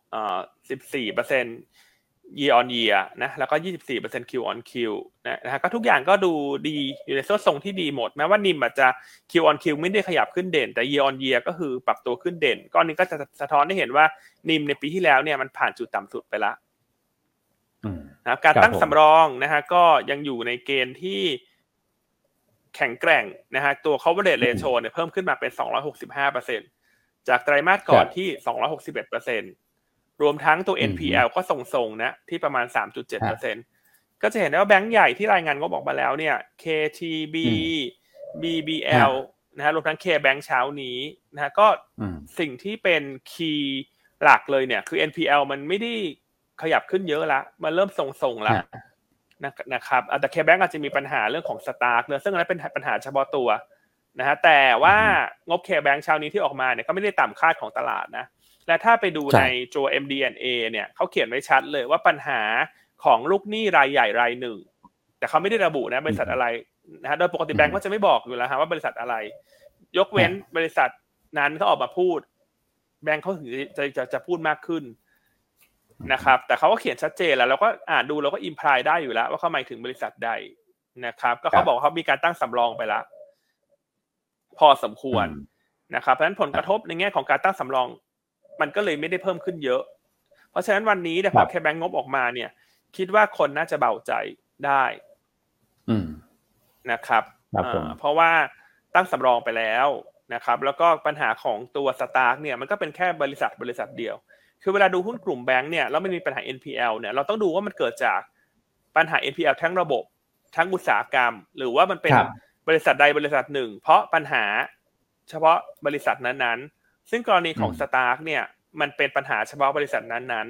14% year on year นะแล้วก็ 24% Q on Q นะฮะก็ทุกอย่างก็ดูดีอยู่ในทรงที่ดีหมดแม้ว่านิมอาจจะ Q on Q ไม่ได้ขยับขึ้นเด่นแต่ year on year ก็คือปรับตัวขึ้นเด่นก้อนนี้ก็จะสะท้อนให้เห็นว่านิมในปีที่แล้วเนี่ยมันผ่านจุดต่ำสุดไปแล้วนะการตั้งสำรองนะฮะก็ยังอยู่ในเกณฑ์ที่แข็งแกร่งนะฮะตัว coverage ratio เนี่ยเพิ่มขึ้นมาเป็น 265%จากไตรมาสก่อนที่ 261%รวมทั้งตัว NPL ก็ทรงๆนะที่ประมาณ 3.7% ก็จะเห็นได้ว่าแบงก์ใหญ่ที่รายงานงบออกมาแล้วเนี่ย KTB BBL นะฮะรวมทั้ง KBank เช้านี้นะฮะก็สิ่งที่เป็นคีย์หลักเลยเนี่ยคือ NPL มันไม่ได้ขยับขึ้นเยอะละมันเริ่มทรงๆแล้วนะครับแต่ KBank อาจจะมีปัญหาเรื่องของสตาร์กเนอะซึ่งอันนั้นเป็นปัญหาเฉพาะตัวนะฮะแต่ว่างบ KBank เช้านี้ที่ออกมาเนี่ยก็ไม่ได้ต่ำคาดของตลาดนะและถ้าไปดูในตัว MD&A เนี่ยเขาเขียนไว้ชัดเลยว่าปัญหาของลูกหนี้รายใหญ่รายหนึ่งแต่เขาไม่ได้ระบุนะบริษัทอะไรนะฮะโดยปกติแบงก์ก็จะไม่บอกอยู่แล้วฮะว่าบริษัทอะไรยกเว้นบริษัทนั้นเขาออกมาพูดแบงก์เขาถึงจะพูดมากขึ้นนะครับแต่เขาก็เขียนชัดเจนแล้วเราก็อ่านดูเราก็อิมพลายได้อยู่แล้วว่าเขาหมายถึงบริษัทใดนะครับก็เขาบอกว่าเขามีการตั้งสำรองไปแล้วพอสมควรนะครับเพราะฉะนั้นผลกระทบในแง่ของการตั้งสำรองมันก็เลยไม่ได้เพิ่มขึ้นเยอะเพราะฉะนั้นวันนี้เนี่ยพอKBankงบออกมาเนี่ยคิดว่าคนน่าจะเบาใจได้นะครับเพราะว่าตั้งสำรองไปแล้วนะครับแล้วก็ปัญหาของตัวสตาร์กเนี่ยมันก็เป็นแค่บริษัทเดียวคือเวลาดูหุ้นกลุ่มแบงค์เนี่ยแล้วมันมีปัญหา NPL เนี่ยเราต้องดูว่ามันเกิดจากปัญหา NPL ทั้งระบบทั้งอุตสาหกรรมหรือว่ามันเป็นบริษัทใดบริษัทหนึ่งเพราะปัญหาเฉพาะบริษัทนั้นๆซึ่งกรณีของสตาร์กเนี่ยมันเป็นปัญหาเฉพาะบริษัทนั้น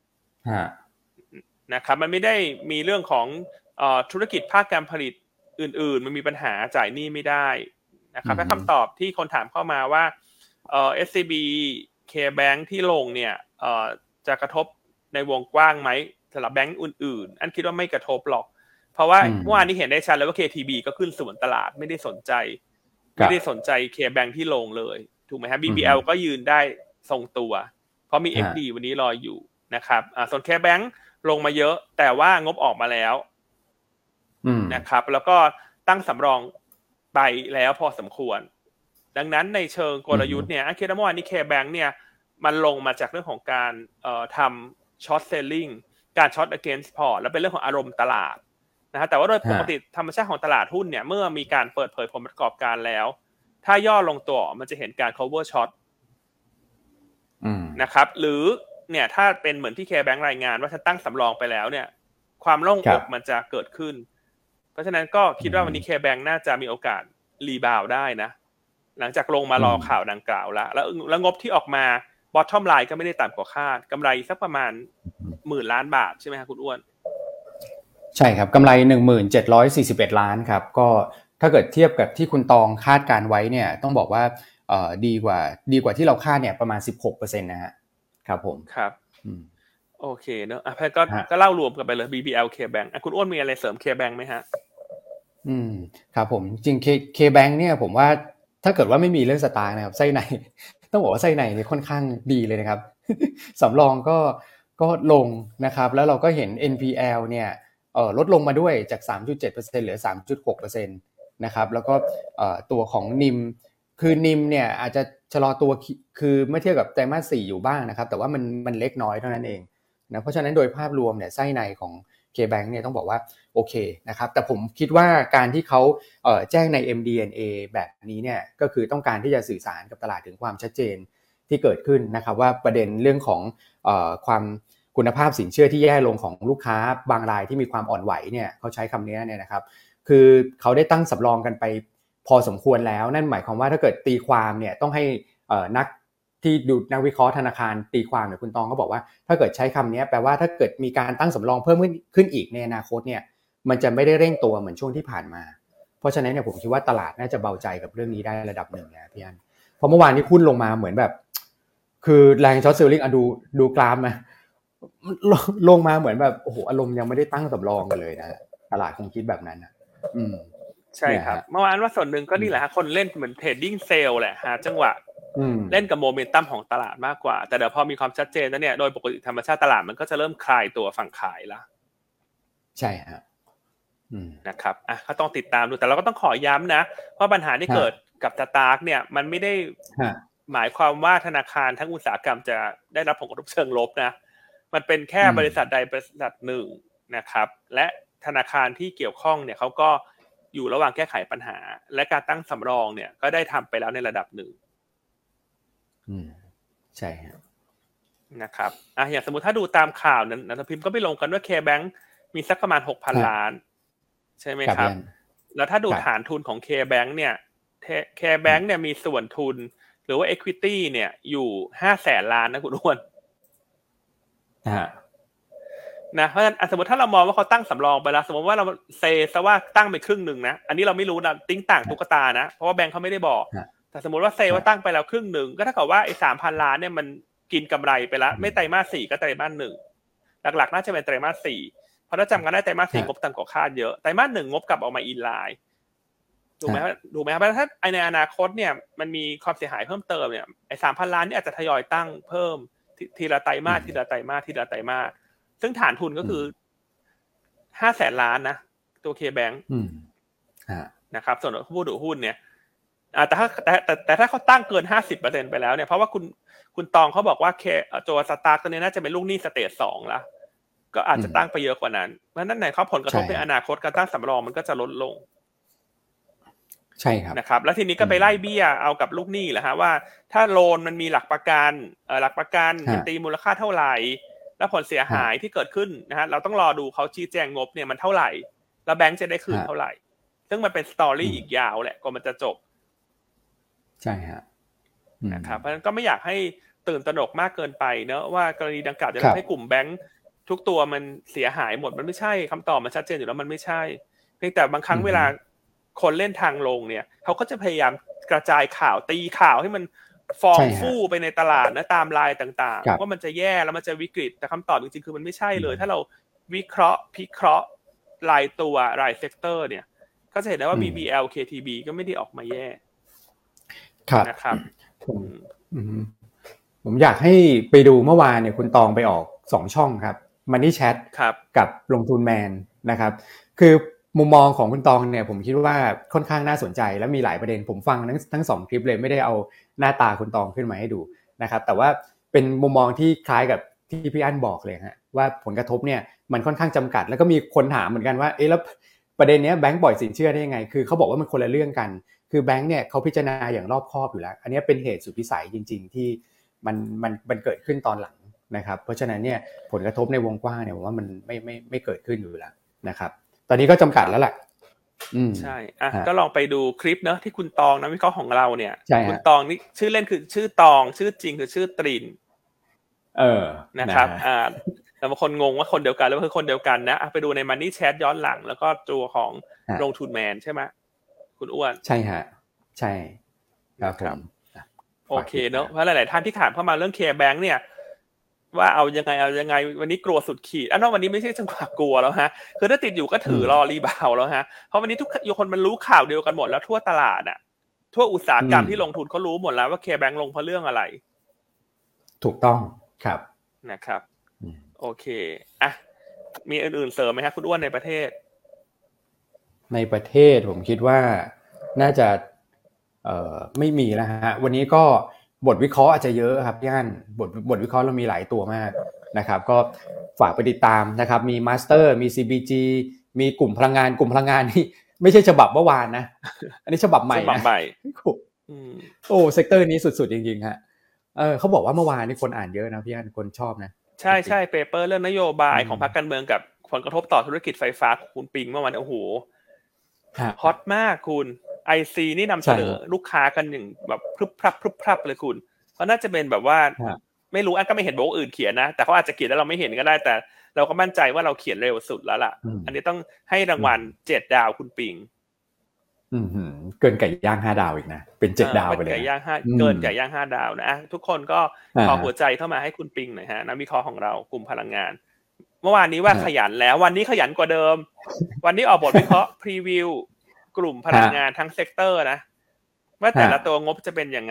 ๆนะครับมันไม่ได้มีเรื่องของธุรกิจภาคการผลิตอื่นๆมันมีปัญหาจ่ายหนี้ไม่ได้นะครับและคำตอบที่คนถามเข้ามาว่าSCB KBank ที่ลงเนี่ยจะกระทบในวงกว้างไหมสำหรับแบงก์อื่นๆอันคิดว่าไม่กระทบหรอกเพราะว่าเมื่อวานนี้เห็นได้ชัดแล้วว่า KTB ก็ขึ้นสวนตลาดไม่ได้สนใจ KBank ที่ลงเลยถูกไหมครับ BBL ก็ยืนได้ทรงตัวเพราะมี XD วันนี้รออยู่นะครับส่วน KBank ลงมาเยอะแต่ว่างบออกมาแล้วนะครับแล้วก็ตั้งสำรองไปแล้วพอสมควรดังนั้นในเชิงกลยุทธ์เนี่ยอันคิดว่าเมื่อวานนี้ KBank เนี่ยมันลงมาจากเรื่องของการทำช็อตเซลลิ่งการช็อต against port และเป็นเรื่องของอารมณ์ตลาดนะฮะแต่ว่าโดยปกติธรรมชาติของตลาดหุ้นเนี่ยเมื่อมีการเปิดเผยผลประกอบการแล้วถ้าย่อลงตัวมันจะเห็นการ cover short นะครับหรือเนี่ยถ้าเป็นเหมือนที่ KBank รายงานว่าฉันตั้งสำรองไปแล้วเนี่ยความโล่งอกมันจะเกิดขึ้นเพราะฉะนั้นก็คิดว่าวันนี้ KBank น่าจะมีโอกาสรีบาวได้นะหลังจากลงมารอข่าวดังกล่าวแล้วงบที่ออกมา bottom line ก็ไม่ได้ต่ำกว่าคาดกำไรสักประมาณ10,000 ล้านบาทใช่ไหมครับคุณอ้วนใช่ครับกำไร 1741 ล้านครับก็ถ้าเกิดเทียบกับที่คุณตองคาดการไว้เนี่ยต้องบอกว่าดีกว่าที่เราคาดเนี่ยประมาณ 16% นะฮะครับผมครับโอเคเนอะแพทก็เล่ารวมกันไปเลย BBL KBank คุณอ้วนมีอะไรเสริม KBank ไหมฮะครับผมจริง KBank เนี่ยผมว่าถ้าเกิดว่าไม่มีเรื่องสตาร์นะครับไส้ในต้องบอกว่าไส้ในนี่ค่อนข้างดีเลยนะครับสำรองก็ลงนะครับแล้วเราก็เห็น NPL เนี่ยลดลงมาด้วยจาก 3.7% เหลือ 3.6% นะครับแล้วก็ตัวของ NIM คือ NIM เนี่ยอาจจะชะลอตัวคือเมื่อเทียบกับไตรมาส 4อยู่บ้างนะครับแต่ว่ามันเล็กน้อยเท่านั้นเองนะเพราะฉะนั้นโดยภาพรวมเนี่ยไส้ในของ KBank เนี่ยต้องบอกว่าโอเคนะครับแต่ผมคิดว่าการที่เขาแจ้งใน MD&A แบบนี้เนี่ยก็คือต้องการที่จะสื่อสารกับตลาดถึงความชัดเจนที่เกิดขึ้นนะครับว่าประเด็นเรื่องของความคุณภาพสินเชื่อที่แย่ลงของลูกค้าบางรายที่มีความอ่อนไหวเนี่ยเขาใช้คำนี้เนี่ยนะครับคือเขาได้ตั้งสำรองกันไปพอสมควรแล้วนั่นหมายความว่าถ้าเกิดตีความเนี่ยต้องให้นักวิเคราะห์ธนาคารตีความเนี่ยคุณตองก็บอกว่าถ้าเกิดใช้คำนี้แปลว่าถ้าเกิดมีการตั้งสำรองเพิ่มขึ้นอีกในอนาคตเนี่ยมันจะไม่ได้เร่งตัวเหมือนช่วงที่ผ่านมาเพราะฉะนั้นเนี่ยผมคิดว่าตลาดน่าจะเบาใจกับเรื่องนี้ได้ระดับหนึ่งนะพี่อันเพราะเมื่อวานนี้หุ้นลงมาเหมือนแบบคือแรงช็อตเซลลิ่งดูกราฟมาลงมาเหมือนแบบโอ้โหอารมณ์ยังไม่ได้ตั้งสำรองกันเลยนะตลาดคงคิดแบบนั้นนะใช่ครับเมื่อวานว่าส่วนหนึ่งก็นี่แหละฮะคนเล่นเหมือนเทรดดิ้งเซลล์แหละหาจังหวะเล่นกับโมเมนตัมของตลาดมากกว่าแต่เดี๋ยวพอมีความชัดเจนแล้วเนี่ยโดยปกติธรรมชาติตลาดมันก็จะเริ่มคลายตัวฝั่งขายละใช่ฮะนะครับก็ต้องติดตามดูแต่เราก็ต้องขอย้ำนะว่าปัญหาที่เกิดกับสตาร์กเนี่ยมันไม่ได้หมายความว่าธนาคารทั้งอุตสาหกรรมจะได้รับผลกระทบเชิงลบนะมันเป็นแค่บริษัทใดบริษัทหนึ่งนะครับและธนาคารที่เกี่ยวข้องเนี่ยเขาก็อยู่ระหว่างแก้ไขปัญหาและการตั้งสำรองเนี่ยก็ได้ทำไปแล้วในระดับหนึ่งใช่ครับนะครับอย่างสมมุติถ้าดูตามข่าวนั้นหนังสือพิมพ์ก็ไปลงกันว่า KBank มีสักประมาณ 6,000 ล้านใช่ไหมครับแล้วถ้าดูฐานทุนของ KBank เนี่ย KBank เนี่ยมีส่วนทุนหรือว่า equity เนี่ยอยู่ 500,000 ล้านนะคุณอ้วนนะเพราะฉะนั้นสมมติถ้าเรามองว่าเขาตั้งสำรองไปแล้วสมมติว่าเราเซซะว่าตั้งไปครึ่งนึงนะอันนี้เราไม่รู้นะติ้งต่างตุ๊กตานะเพราะว่าแบงค์เขาไม่ได้บอกแต่สมมติว่าเซว่าตั้งไปแล้วครึ่งนึงก็เท่ากับว่าไอ้ 3,000 ล้านเนี่ยมันกินกำไรไปแล้วไม่ไตรมาส 4ก็ไตรมาส 1หลักๆน่าจะเป็นไตรมาส 4เพราะถ้าจำกันได้ไตรมาส 4งบต่ำกว่าคาดเยอะไตรมาส 1งบกลับออกมาอินไลน์ถูกไหมครับถ้าในอนาคตเนี่ยมันมีความเสียหายเพิ่มเติมเนี่ยไอ้ 3,000 ล้านนี่อาจจะทยอยตั้งเพิ่มทีละไตรมาสซึ่งฐานทุนก็คือ 500,000 ล้านนะตัว KBank นะครับส่วนผู้ถือหุ้นเนี่ยแต่ถ้าเขาตั้งเกิน 50% ไปแล้วเนี่ยเพราะว่าคุณตองเขาบอกว่าตัวสตาร์ทตัวนี้น่าจะเป็นลูกหนี้สเตจ2แล้วก็อาจจะตั้งไปเยอะกว่านั้นเพราะนั่นไหนเขาผลกระทบในอนาคตการตั้งสำรองมันก็จะลดลงใช่ครับนะครับแล้วทีนี้ก็ไปไล่เบี้ยเอากับลูกหนี้แหละฮะว่าถ้าโลนมันมีหลักประกันมันตีมูลค่าเท่าไหร่แล้วผลเสียหายที่เกิดขึ้นนะฮะเราต้องรอดูเขาชี้แจงงบเนี่ยมันเท่าไหร่แล้วแบงก์จะได้คืนเท่าไหร่ซึ่งมันเป็นสตอรี่อีกยาวแหละกว่ามันจะจบใช่ฮะนะครับเพราะฉะนั้นก็ไม่อยากให้ตื่นตระหนกมากเกินไปเนอะว่ากรณีดังกล่าวจะทำให้กลุ่มแบงค์ทุกตัวมันเสียหายหมดมันไม่ใช่คำตอบมันชัดเจนอยู่แล้วมันไม่ใช่เพียงแต่บางครั้งเวลาคนเล่นทางลงเนี่ยเขาก็จะพยายามกระจายข่าวตีข่าวให้มันฟองฟู่ไปในตลาดนะตามไลน์ต่างๆว่ามันจะแย่แล้วมันจะวิกฤตแต่คำตอบจริงๆคือมันไม่ใช่เลยถ้าเราวิเคราะห์รายตัวรายเซกเตอร์เนี่ยก็จะเห็นได้ว่า BBL KTB ก็ไม่ได้ออกมาแย่นะครับผมอยากให้ไปดูเมื่อวานเนี่ยคุณตองไปออก2ช่องครับ Money Chat กับลงทุนแมนนะครับคือมุมมองของคุณตองเนี่ยผมคิดว่าค่อนข้างน่าสนใจและมีหลายประเด็นผมฟังทั้ง2คลิปเลยไม่ได้เอาหน้าตาคุณตองขึ้นมาให้ดูนะครับแต่ว่าเป็นมุมมองที่คล้ายกับที่พี่อั้นบอกเลยฮะว่าผลกระทบเนี่ยมันค่อนข้างจำกัดแล้วก็มีคนถามเหมือนกันว่าแล้วประเด็นนี้แบงก์ปล่อยสินเชื่อได้ยังไงคือเขาบอกว่ามันคนละเรื่องกันคือแบงก์เนี่ยเขาพิจารณาอย่างรอบคอบอยู่แล้วอันนี้เป็นเหตุสุดวิสัยจริงๆที่มันเกิดขึ้นตอนหลังนะครับเพราะฉะนั้นเนี่ยผลกระทบในวงกว้างเนี่ยผมว่ามันไม่เกิดขึ้นอยู่แล้วนะครับตอนนี้ก็จำกัดแล้วแหละใช่ก็ลองไปดูคลิปเนอะที่คุณตองนักวิเคราะห์ของเราเนี่ยคุณตองนี่ชื่อเล่นคือชื่อตองชื่อจริงคือชื่อตรินนะครับแต่บางคนงงว่าคนเดียวกันแล้วคือคนเดียวกันนะไปดูใน Money Chat ย้อนหลังแล้วก็ตัวของลงทุนแมนใช่ไหมคุณอ้วนใช่ฮะใช่ครับโอเคเนอะเพราะหลายๆท่านที่ถามเข้ามาเรื่อง K-Bank เนี่ยว่าเอายังไงวันนี้กลัวสุดขีดนอกวันนี้ไม่ใช่จังหวะกลัวแล้วฮะคือถ้าติดอยู่ก็ถือรอรีบาวแล้วฮะเพราะวันนี้ทุกคนมันรู้ข่าวเดียวกันหมดแล้วทั่วตลาดอ่ะทั่วอุตสาหกรรมที่ลงทุนเขารู้หมดแล้วว่า K-Bank ลงเพราะเรื่องอะไรถูกต้องครับนะครับโอเคมีอื่นๆเสริมไหมครับคุณอ้วนในประเทศผมคิดว่าน่าจะไม่มีแล้วฮะวันนี้ก็บทวิเคราะห์อาจจะเยอะครับพี่อั้นบทวิเคราะห์เรามีหลายตัวมากนะครับก็ฝากไปติดตามนะครับมีมาสเตอร์มี CBG มีกลุ่มพลังงานนี่ไม่ใช่ฉบับเมื่อวานนะอันนี้ฉบับใหม่โอ้เซกเตอร์นี้สุดๆจริงๆฮะเขาบอกว่าเมื่อวานนี่คนอ่านเยอะนะพี่อั้นคนชอบนะใช่เปเปอร์เรื่องนโยบายของพรรคการเมืองกับผลกระทบต่อธุรกิจไฟฟ้าของคุณปิงเมื่อวานโอ้โหฮอตมากคุณ IC นี่นำเสนอลูกค้ากันอย่างแบบพรึบพรับเลยคุณเพราะน่าจะเป็นแบบว่าไม่รู้อันก็ไม่เห็นโบกอื่นเขียนนะแต่เขาอาจจะเขียนแล้วเราไม่เห็นก็ได้แต่เราก็มั่นใจว่าเราเขียนเร็วสุดแล้วล่ะอันนี้ต้องให้รางวัล7ดาวคุณปิงเกินไก่ย่าง5ดาวอีกนะเป็น7ดาวไปเลยเกินไก่ย่าง5ดาวนะทุกคนก็ขอหัวใจเข้ามาให้คุณปิงหน่อยฮะนักวิเคราะห์ของเรากลุ่มพลังงานเมื่อวานนี้ว่าขยันแล้ววันนี้ขยันกว่าเดิมวันนี้ออกบทวิเคราะห์พรีวิวกลุ่มพลังงานทั้งเซกเตอร์นะว่าแต่ละตัวงบจะเป็นยังไง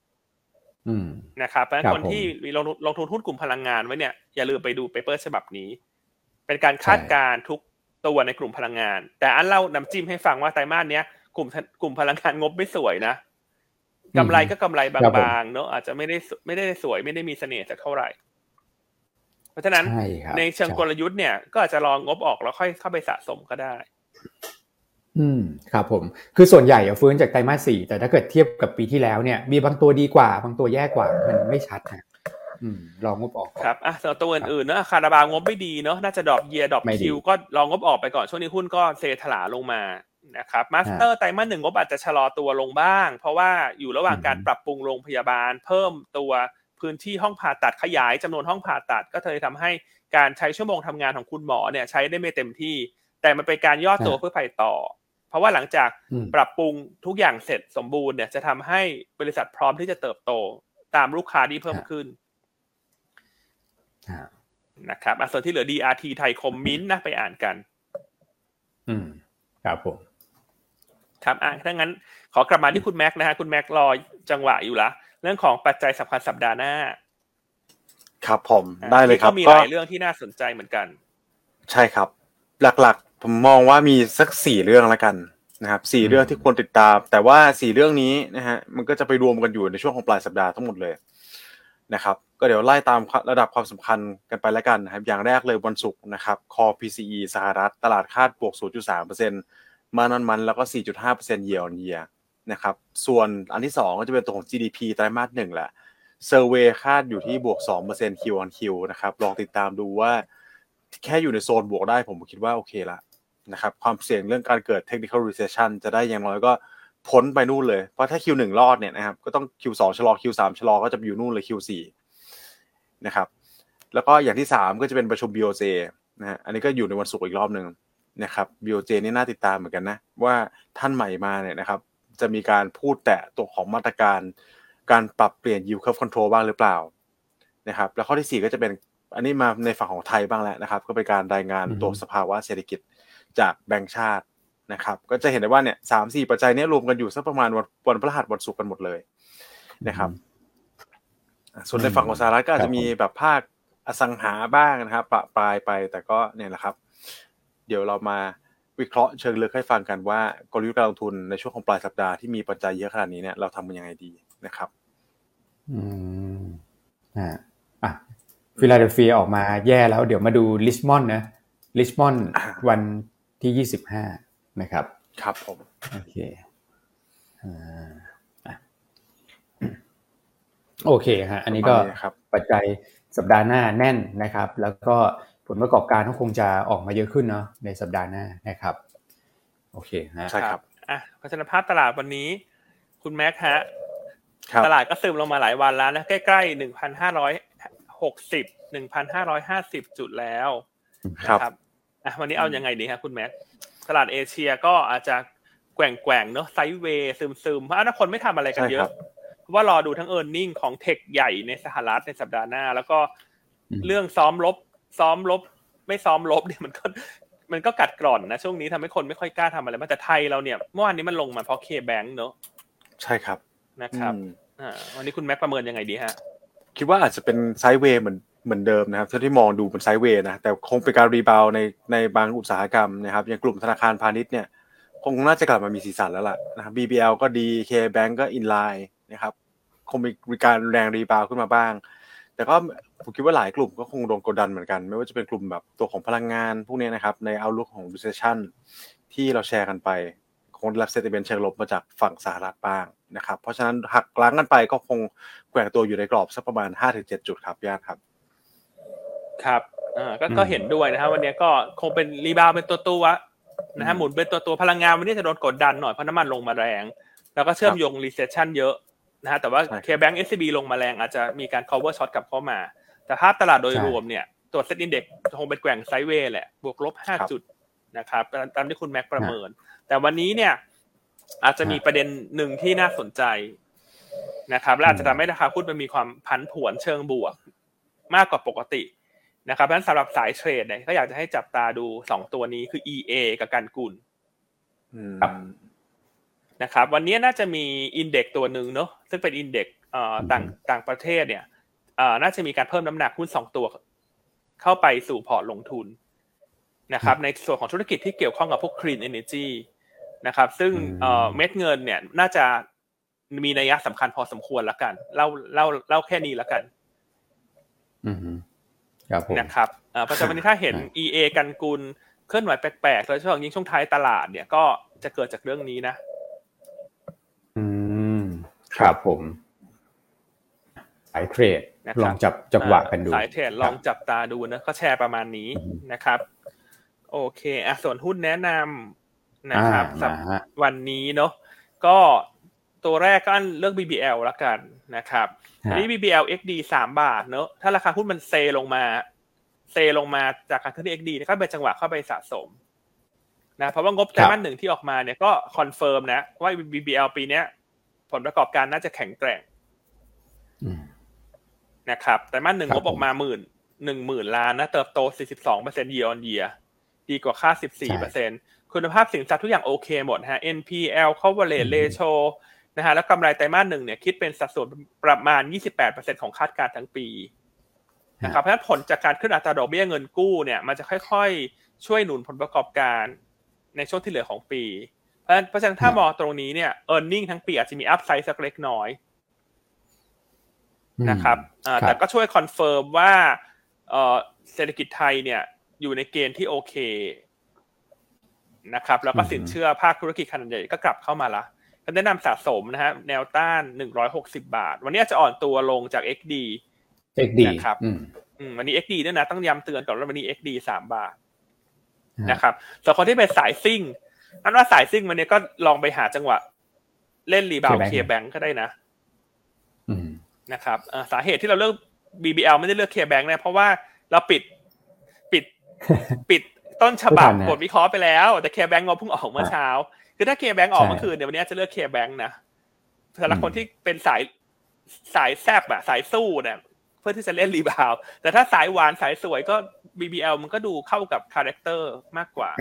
นะครับเพราะฉะนั้นคนที่มีลงทุนหุ้นกลุ่มพลังงานไว้เนี่ยอย่าลืมไปดูเปเปอร์ฉบับนี้เป็นการคาดการณ์ทุกตัวในกลุ่มพลังงานแต่อันเล่าน้ำจิ้มให้ฟังว่าไตรมาสนี้กลุ่มพลังงานงบไม่สวยนะกำไรก็กำไรบางๆเนอะอาจจะไม่ได้สวยไม่ได้มีเสน่ห์สักเท่าไหร่เพราะฉะนั้นในเชิงกลยุทธ์เนี่ยก็อาจจะรองบออกแล้วค่อยเข้าไปสะสมก็ได้ครับผมคือส่วนใหญ่ฟื้นจากไตรมาส4แต่ถ้าเกิดเทียบกับปีที่แล้วเนี่ยมีบางตัวดีกว่าบางตัวแย่กว่ามันไม่ชัดนะลองงบออกครับสำหรับตัวอื่นๆเนอะคาราบาวงบไม่ดีเนอะน่าจะดรอปเยียร์ดรอปคิวก็ลองงบออกไปก่อนช่วงนี้หุ้นก็เซถลาลงมานะครับมาสเตอร์ไตรมาส1งบอาจจะชะลอตัวลงบ้างเพราะว่าอยู่ระหว่างการปรับปรุงโรงพยาบาลเพิ่มตัวพื้นที่ห้องผ่าตัดขยายจำนวนห้องผ่าตัดก็เลยทำให้การใช้ชั่วโมงทำงานของคุณหมอเนี่ยใช้ได้ไม่เต็มที่แต่มันเป็นการย่อตัวเพื่อไปต่อเพราะว่าหลังจากปรับปรุงทุกอย่างเสร็จสมบูรณ์เนี่ยจะทำให้บริษัทพร้อมที่จะเติบโตตามลูกค้าที่เพิ่มขึ้นนะครับส่วนที่เหลือ DRT ไทยคมมิ้นท์นะไปอ่านกันครับผมครับถ้างั้นขอกลับมาที่คุณแม็กนะฮะคุณแม็กรอจังหวะอยู่ละเรื่องของปัจจัยสำคัญสัปดาห์หน้าครับผมได้เลยครับก็มีหลายเรื่องที่น่าสนใจเหมือนกันใช่ครับหลักๆผมมองว่ามีสัก4เรื่องละกันนะครับ4เรื่องที่ควรติดตามแต่ว่า4เรื่องนี้นะฮะมันก็จะไปรวมกันอยู่ในช่วงของปลายสัปดาห์ทั้งหมดเลยนะครับก็เดี๋ยวไล่ตามระดับความสำคัญกันไปแล้วกันนะครับอย่างแรกเลยวันศุกร์นะครับ Core PCE สหรัฐตลาดคาดบวก 0.3% มันแล้วก็ 4.5% year on year นะครับส่วนอันที่2ก็จะเป็นตัวของ GDP ไตรมาส1แหละเซอร์เวย์คาดอยู่ที่บวก 2% Q on Q นะครับลองติดตามดูว่าแค่อยู่ในโซนบวกได้ผมคิดว่าโอเคละนะครับความเสี่ยงเรื่องการเกิด technical recession จะได้อย่างน้อยก็พ้นไปนู่นเลยเพราะถ้า Q1 รอดเนี่ยนะครับก็ต้อง Q2 ชะลอ Q3 ชะลอก็จะอยู่นู่นเลย Q4 นะครับแล้วก็อย่างที่3ก็จะเป็นประชุม BOJ นะฮะอันนี้ก็อยู่ในวันศุกร์อีกรอบนึงนะครับ BOJ นี่น่าติดตามเหมือนกันนะว่าท่านใหม่มาเนี่ยนะครับจะมีการพูดแตะตัวของมาตรการการปรับเปลี่ยน yield curve control บ้างหรือเปล่านะครับแล้วข้อที่4ก็จะเป็นอันนี้มาในฝั่งของไทยบ้างแล้วนะครับก็เป็นการรายงานตัวสภาวะเศรษฐกิจจากแบงก์ชาตินะครับก็จะเห็นได้ว่าเนี่ย3-4ปัจจัยนี้รวมกันอยู่สักประมาณวันพฤหัสวันศุกร์กันหมดเลยนะครับส่วนในฝั่งของสหรัฐก็อาจจะมีแบบภาคอสังหาบ้างนะครับปะปลายไปแต่ก็เนี่ยแหละครับเดี๋ยวเรามาวิเคราะห์เชิงลึกให้ฟังกันว่ากลยุทธ์การลงทุนในช่วงของปลายสัปดาห์ที่มีปัจจัยเยอะขนาดนี้เนี่ยเราทำมันยังไงดีนะครับฟิลาเดลเฟียออกมาแย่แล้วเดี๋ยวมาดูริชมอนด์นะริชมอนด์วันที่25นะครับครับผมโอเคโอเคฮะอันนี้ก็ปัจจัยสัปดาห์หน้าแน่นนะครับแล้วก็ผลประกอบการก็คงจะออกมาเยอะขึ้นเนาะในสัปดาห์หน้านะครับโอเคฮะใช่ครับพัฒนภาพตลาดวันนี้คุณแม็กฮะตลาดก็ซึมลงมาหลายวันแล้วนะใกล้ๆ 1,560 1,550 จุดแล้วครับวันนี้เอายังไงดีครับคุณแม็กตลาดเอเชียก็อาจจะแกว่งๆเนาะไซด์เวย์ซึมๆเพราะคนไม่ทำอะไรกันเยอะเพราะว่ารอดูทั้ง earning ของเทคใหญ่ในสหรัฐในสัปดาห์หน้าแล้วก็เรื่องซ้อมลบไม่ซ้อมลบเนี่ยมันก็กัดกร่อนนะช่วงนี้ทำให้คนไม่ค่อยกล้าทำอะไรแต่ไทยเราเนี่ยเมื่อวานนี้มันลงมาเพราะ K-Bank เนอะใช่ครับนะครับวันนี้คุณแม็กประเมินยังไงดีฮะคิดว่าอาจจะเป็นไซด์เวย์เหมือนเดิมนะครับที่มองดูเป็นไซด์เวย์นะแต่คงเป็นการรีบาวในบางอุตสาหกรรมนะครับอย่างกลุ่มธนาคารพาณิชย์เนี่ยคงน่าจะกลับมามีสีสันแล้วล่ะนะครับ BBL ก็ดี K-Bank ก็อินไลน์นะครับคงมีการแรงรีบาวขึ้นมาบ้างแต่ก็ผมคิดว่าหลายกลุ่มก็คงโดนกดดันเหมือนกันไม่ว่าจะเป็นกลุ่มแบบตัวของพลังงานพวกนี้นะครับใน outlook ของ recession ที่เราแชร์กันไปคงรับ sentiment เชิงลบมาจากฝั่งสหรัฐบ้างนะครับเพราะฉะนั้นหักล้างกันไปก็คงแกว่งตัวอยู่ในกรอบสักประมาณ 5-7 จุดครับญาติครับครับก็เห็นด้วยนะครับวันนี้ก็คงเป็นรีบาวเป็นตัวนะฮะหมุนเป็นตัวพลังงานวันนี้จะโดนกดดันหน่อยเพราะน้ำมันลงมาแรงแล้วก็เชื่อมโยง recession เยอะนะฮะแต่ว่า K-Bank SCB ลงมาแรงอาจจะมีการ cover short กลับเข้ามาแต่ภาพตลาดโดยรวมเนี่ยตัว Set Index คงเป็นแกว่งไซด์เวย์แหละบวกลบ5จุดนะครับตามที่คุณแม็กประเมินแต่วันนี้เนี่ยอาจจะมีประเด็นหนึ่งที่น่าสนใจนะครับและอาจจะทำให้ราคาหุ้นมันมีความผันผวนเชิงบวกมากกว่าปกตินะครับเพราะฉะนั้นสำหรับสายเทรดเนี่ยก็อยากจะให้จับตาดู2ตัวนี้คือ EA กับกันกุลนะครับวันนี้น่าจะมีอินเด็กซ์ตัวนึงเนาะซึ่งเป็นอินเด็กซ์ต่างประเทศเนี่ยน่าจะมีการเพิ่มน้ำหนักหุ้น2ตัวเข้าไปสู่พอร์ตลงทุนนะครับในส่วนของธุรกิจที่เกี่ยวข้องกับพวก Clean Energy นะครับซึ่งเม็ดเงินเนี่ยน่าจะมีนัยสำคัญพอสมควรละกันเล่าแค่นี้ละกันนะครับเพราะฉะนั้นวันนี้ถ้าเห็น EA กันกุลเคลื่อนไหวแปลกๆโดยเฉพาะยิ่งช่วงท้ายตลาดเนี่ยก็จะเกิดจากเรื่องนี้นะครับผมสายเทรดลองจับจังหวะกันดูสายเทรดลองจับตาดูนะก็แชร์ประมาณนี้นะครับโอเคส่วนหุ้นแนะนำนะครับวันนี้เนาะก็ตัวแรกก็เลือก BBL ละกันนะครับอันนี้ BBL XD 3 บาทเนาะถ้าราคาหุ้นมันเซลงมาจากการขึ้นที่ XD ก็เป็นจังหวะเข้าไปสะสมนะเพราะว่างบไตรมาส1ที่ออกมาเนี่ยก็คอนเฟิร์มนะว่า BBL ปีนี้ผลประกอบการน่าจะแข็งแกร่งนะครับไตรมาส1งบออกมา10,000 ล้านนะเติบโต 42% year on year ดีกว่าคาด 14% คุณภาพสินทรัพย์ทุกอย่างโอเคหมดฮะ NPL coverage ratio นะฮะแล้วกำไรไตรมาส1เนี่ยคิดเป็นสัดส่วนประมาณ 28% ของคาดการณ์ทั้งปีนะครับเพราะฉะนั้นผลจากการขึ้นอัตราดอกเบี้ยเงินกู้เนี่ยมันจะค่อยๆช่วยหนุนผลประกอบการในช่วงที่เหลือของปีเพราะฉะนั้นถ้ามองตรงนี้เนี่ย earning ทั้งปีอาจจะมี upside สักเล็กน้อยนะครับแต่ก็ช่วยคอนเฟิร์มว่าเศรษฐกิจไทยเนี่ยอยู่ในเกณฑ์ที่โอเคนะครับแล้วก็สินเชื่อภาคธุรกิจขนาดใหญ่ก็กลับเข้ามาละก็แนะนำสะสมนะฮะแนวต้าน160 บาทวันนี้อาจจะอ่อนตัวลงจาก XD นะครับวันนี้ XD ด้วยนะต้องย้ำเตือนก่อนว่าวันนี้ XD 3 บาทนะครับส่วนคนที่เป็นสายซิ่งนั่นว่าสายซิ่งวันนี้ก็ลองไปหาจังหวะเล่นรีบาวด์ KBank ก็ได้นะนะครับสาเหตุที่เราเลือก BBL ไม่ได้เลือก KBank นะเพราะว่าเราปิดต้นฉบับบทวิเคราะห์ไปแล้วแต่ KBank งบเพิ่งออกเมื่อเช้าคือถ้า KBank ออกเมื่อคืนเดี๋ยววันนี้จะเลือก KBank นะสำหรับคนที่เป็นสายแซบอะสายสู้เนี่ยเพื่อที่จะเล่นรีบาวด์แต่ถ้าสายหวานสายสวยก็ BBL มันก็ดูเข้ากับคาแรคเตอร์มากกว่า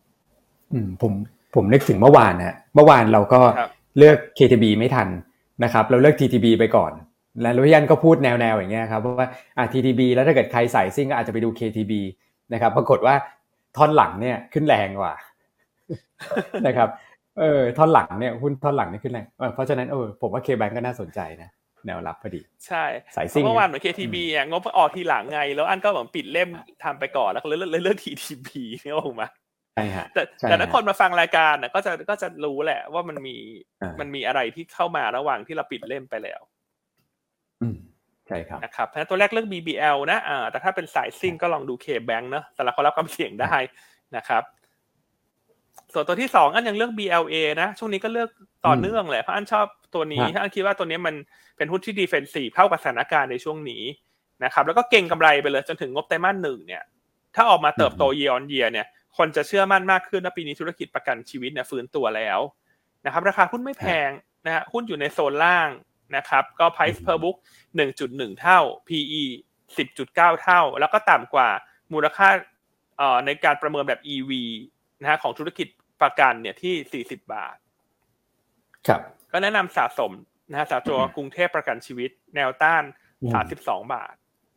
ผมนึกถึงเมื่อวานเราก็เลือก KTB ไม่ทันนะครับเราเลือก TTB ไปก่อนแล้วพี่ยันก็พูดแนวอย่างเงี้ยครับว่าTTB แล้วถ้าเกิดใครใส่ซิ่งก็อาจจะไปดู KTB นะครับปรากฏว่าท่อนหลังเนี่ยขึ้นแรงกว่า นะครับท่อนหลังเนี่ยหุ้นท่อนหลังนี่ขึ้นแรงเพราะฉะนั้นผมว่า KBank ก็น่าสนใจนะแนวรับพอดีใช่สายซิ่งเมื่อวานเหมือน KTB อ่ะงบออกทีหลังไงแล้วอันก็เหมือนปิดเล่มทำไปก่อนแล้วก็เลือก TTB เนี่ยออกมาใช่ฮะแต่ถ้าคนมาฟังรายการน่ะก็จะรู้แหละว่ามันมีอะไรที่เข้ามาระหว่างที่เราปิดเล่มไปแล้วใช่ครับนะครับเพราะฉะนั้นตัวแรกเลือก BBL นะแต่ถ้าเป็นสายซิ่งก็ลองดู KBank เนอะแต่ละคนรับความเสี่ยงได้นะครับส่วนตัวที่2อันยังเลือก BLA นะช่วงนี้ก็เลือกต่อเนื่องแหละเพราะอันชอบตัวนี้อันคิดว่าตัวนี้มันเป็นหุ้นที่ defensive เข้ากับสถานการณ์ในช่วงนี้นะครับแล้วก็เก็งกำไรไปเลยจนถึงงบไตรมาส1เนี่ยถ้าออกมาเติบโต year on year เนี่ยคนจะเชื่อมั่นมากขึ้นว่าปีนี้ธุรกิจประกันชีวิตเนี่ยฟื้นตัวแล้วนะครับราคาหุ้นไม่แพงนะฮะหุ้นอยู่ในโซนล่างนะครับก็ price per book 1.1 เท่า PE 10.9 เท่าแล้วก็ต่ำกว่ามูลค่าในการประเมินแบบ EV นะฮะของธุรกิจประกันเนี่ยที่40 บาทครับก็แนะนำสะสมนะฮะสะตัวกรุงเทพประกันชีวิตแนวต้าน32 บาท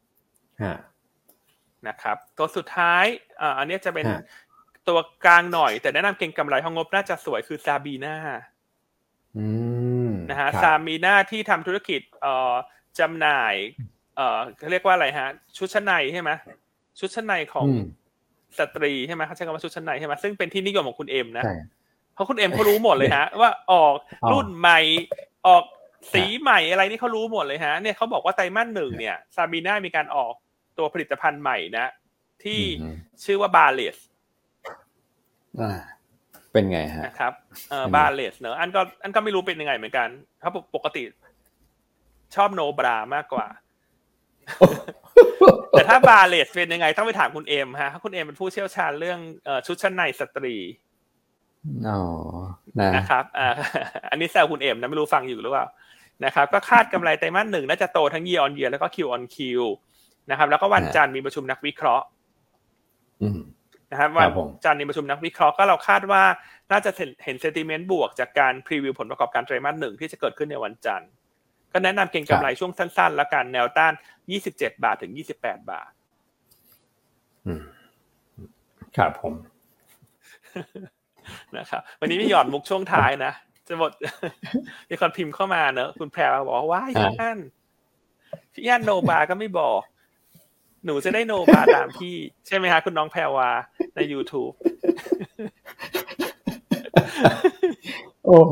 นะครับตัวสุดท้ายอันนี้จะเป็นตัวกลางหน่อยแต่แนะนำเก็งกำไรเพราะงบน่าจะสวยคือซาบีน่านะฮะซาบีน่าที่ทำธุรกิจจำหน่ายเขาเรียกว่าอะไรฮะชุดชั้นในใช่ไหมชุดชั้นในของสตรีใช่ไหมเขาใช้คำว่าชุดชั้นในใช่ไหมซึ่งเป็นที่นิยมของคุณเอ็มนะเพราะคุณเอ็มเขารู้หมดเลยฮะว่าออกรุ่นใหม่ออกสีใหม่อะไรนี่เขารู้หมดเลยฮะเนี่ยเขาบอกว่าไตรมาส1เนี่ยซาบีน่ามีการออกตัวผลิตภัณฑ์ใหม่นะที่ชื่อว่าบาเลสเป็นไงฮะนะครับบาเลสเนอะอันก็ไม่รู้เป็นยังไงเหมือนกันเพราะปกติชอบโนบรามากกว่าแต่ถ้าบาเลสเป็นยังไงต้องไปถามคุณเอ็มฮะคุณเอ็มเป็นผู้เชี่ยวชาญเรื่องชุดชั้นในสตรีนะครับอันนี้แซวคุณเอ็มนะไม่รู้ฟังอยู่หรือเปล่านะครับก็คาดกำไรไตรมาส1น่าจะโตทั้ง year on year แล้วก็ Q on Q นะครับแล้วก็วันจันทร์มีประชุมนักวิเคราะห์นะครับวันจันทร์มีประชุมนักวิเคราะห์ก็เราคาดว่าน่าจะเห็น sentiment บวกจากการพรีวิวผลประกอบการไตรมาส1ที่จะเกิดขึ้นในวันจันทร์ก็แนะนำเก็งกำไรช่วงสั้นๆแล้วกันแนวต้าน27 บาทถึง28 บาทครับผมนะครับวันนี้มีหยอดมุกช่วงท้ายนะจะหมดมีคนพิมพ์เข้ามาเนอะคุณแพรวบอกว่าพี่อั้นโนบาก็ไม่บอกหนูจะได้โนบาตามพี่ใช่ไหมฮะคุณน้องแพรวาใน YouTube โอ้โห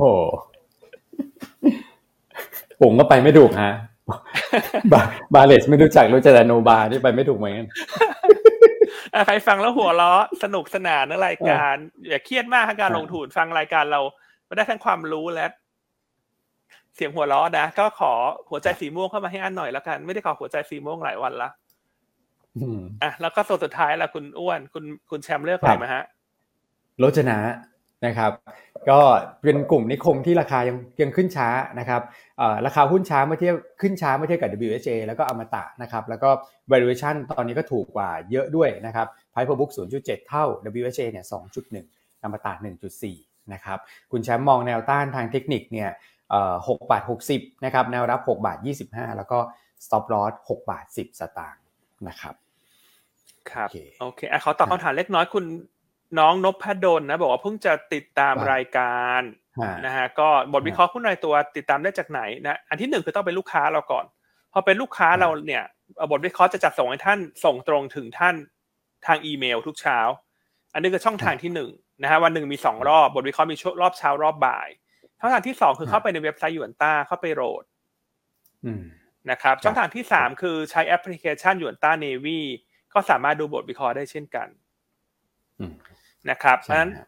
ผมก็ไปไม่ถูกฮะบาเลสไม่รู้จักแต่โนบาที่ไปไม่ถูกเหมือนกันใครฟังแล้วหัวเราะสนุกสนานในรายการอย่าเครียดมากการลงทุนฟังรายการเราไม่ได้ทั้งความรู้และเสียงหัวเราะนะก็ขอหัวใจสีม่วงเข้ามาให้อันหน่อยแล้วกันไม่ได้ขอหัวใจสีม่วงหลายวันละแล้วก็สุดท้ายละคุณอ้วนคุณแชมป์เลือกอะไรมาฮะโรจนะนะครับก็เป็นกลุ่มนิคมที่ราคายังขึ้นช้านะครับราคาหุ้นช้าเมื่อเทียบขึ้นช้าเมื่อเทียบกับ WHA แล้วก็อมตะนะครับแล้วก็ valuation ตอนนี้ก็ถูกกว่าเยอะด้วยนะครับ price per book 0.7 เท่า WHA เนี่ย 2.1 อมตะ 1.4 นะครับคุณแชมป์มองแนวต้านทางเทคนิคเนี่ย6.60 บาทนะครับแนวรับ6.25 บาทแล้วก็ stop loss 6.10 บาทนะครับครับโอเคขอตอบคำถามเล็กน้อยคุณน้องนพดลนะบอกว่าเพิ่งจะติดตามรายการนะฮะก็บทวิเคราะห์หุ้นรายตัวติดตามได้จากไหนนะอันที่1คือต้องเป็นลูกค้าเราก่อนพอเป็นลูกค้าเราเนี่ยบทวิเคราะห์จะจัดส่งให้ท่านส่งตรงถึงท่านทางอีเมลทุกเช้าอันนี้คือช่องทางที่1นะฮะวันนึงมี2รอบบทวิเคราะห์มีรอบเช้ารอบบ่ายช่องทางที่2คือเข้าไปในเว็บไซต์หยวนต้าเข้าไปโหลดนะครับช่องทางที่3คือใช้แอปพลิเคชันหยวนต้า Navy ก็สามารถดูบทวิเคราะห์ได้เช่นกันนะครับเพราะฉะนั้น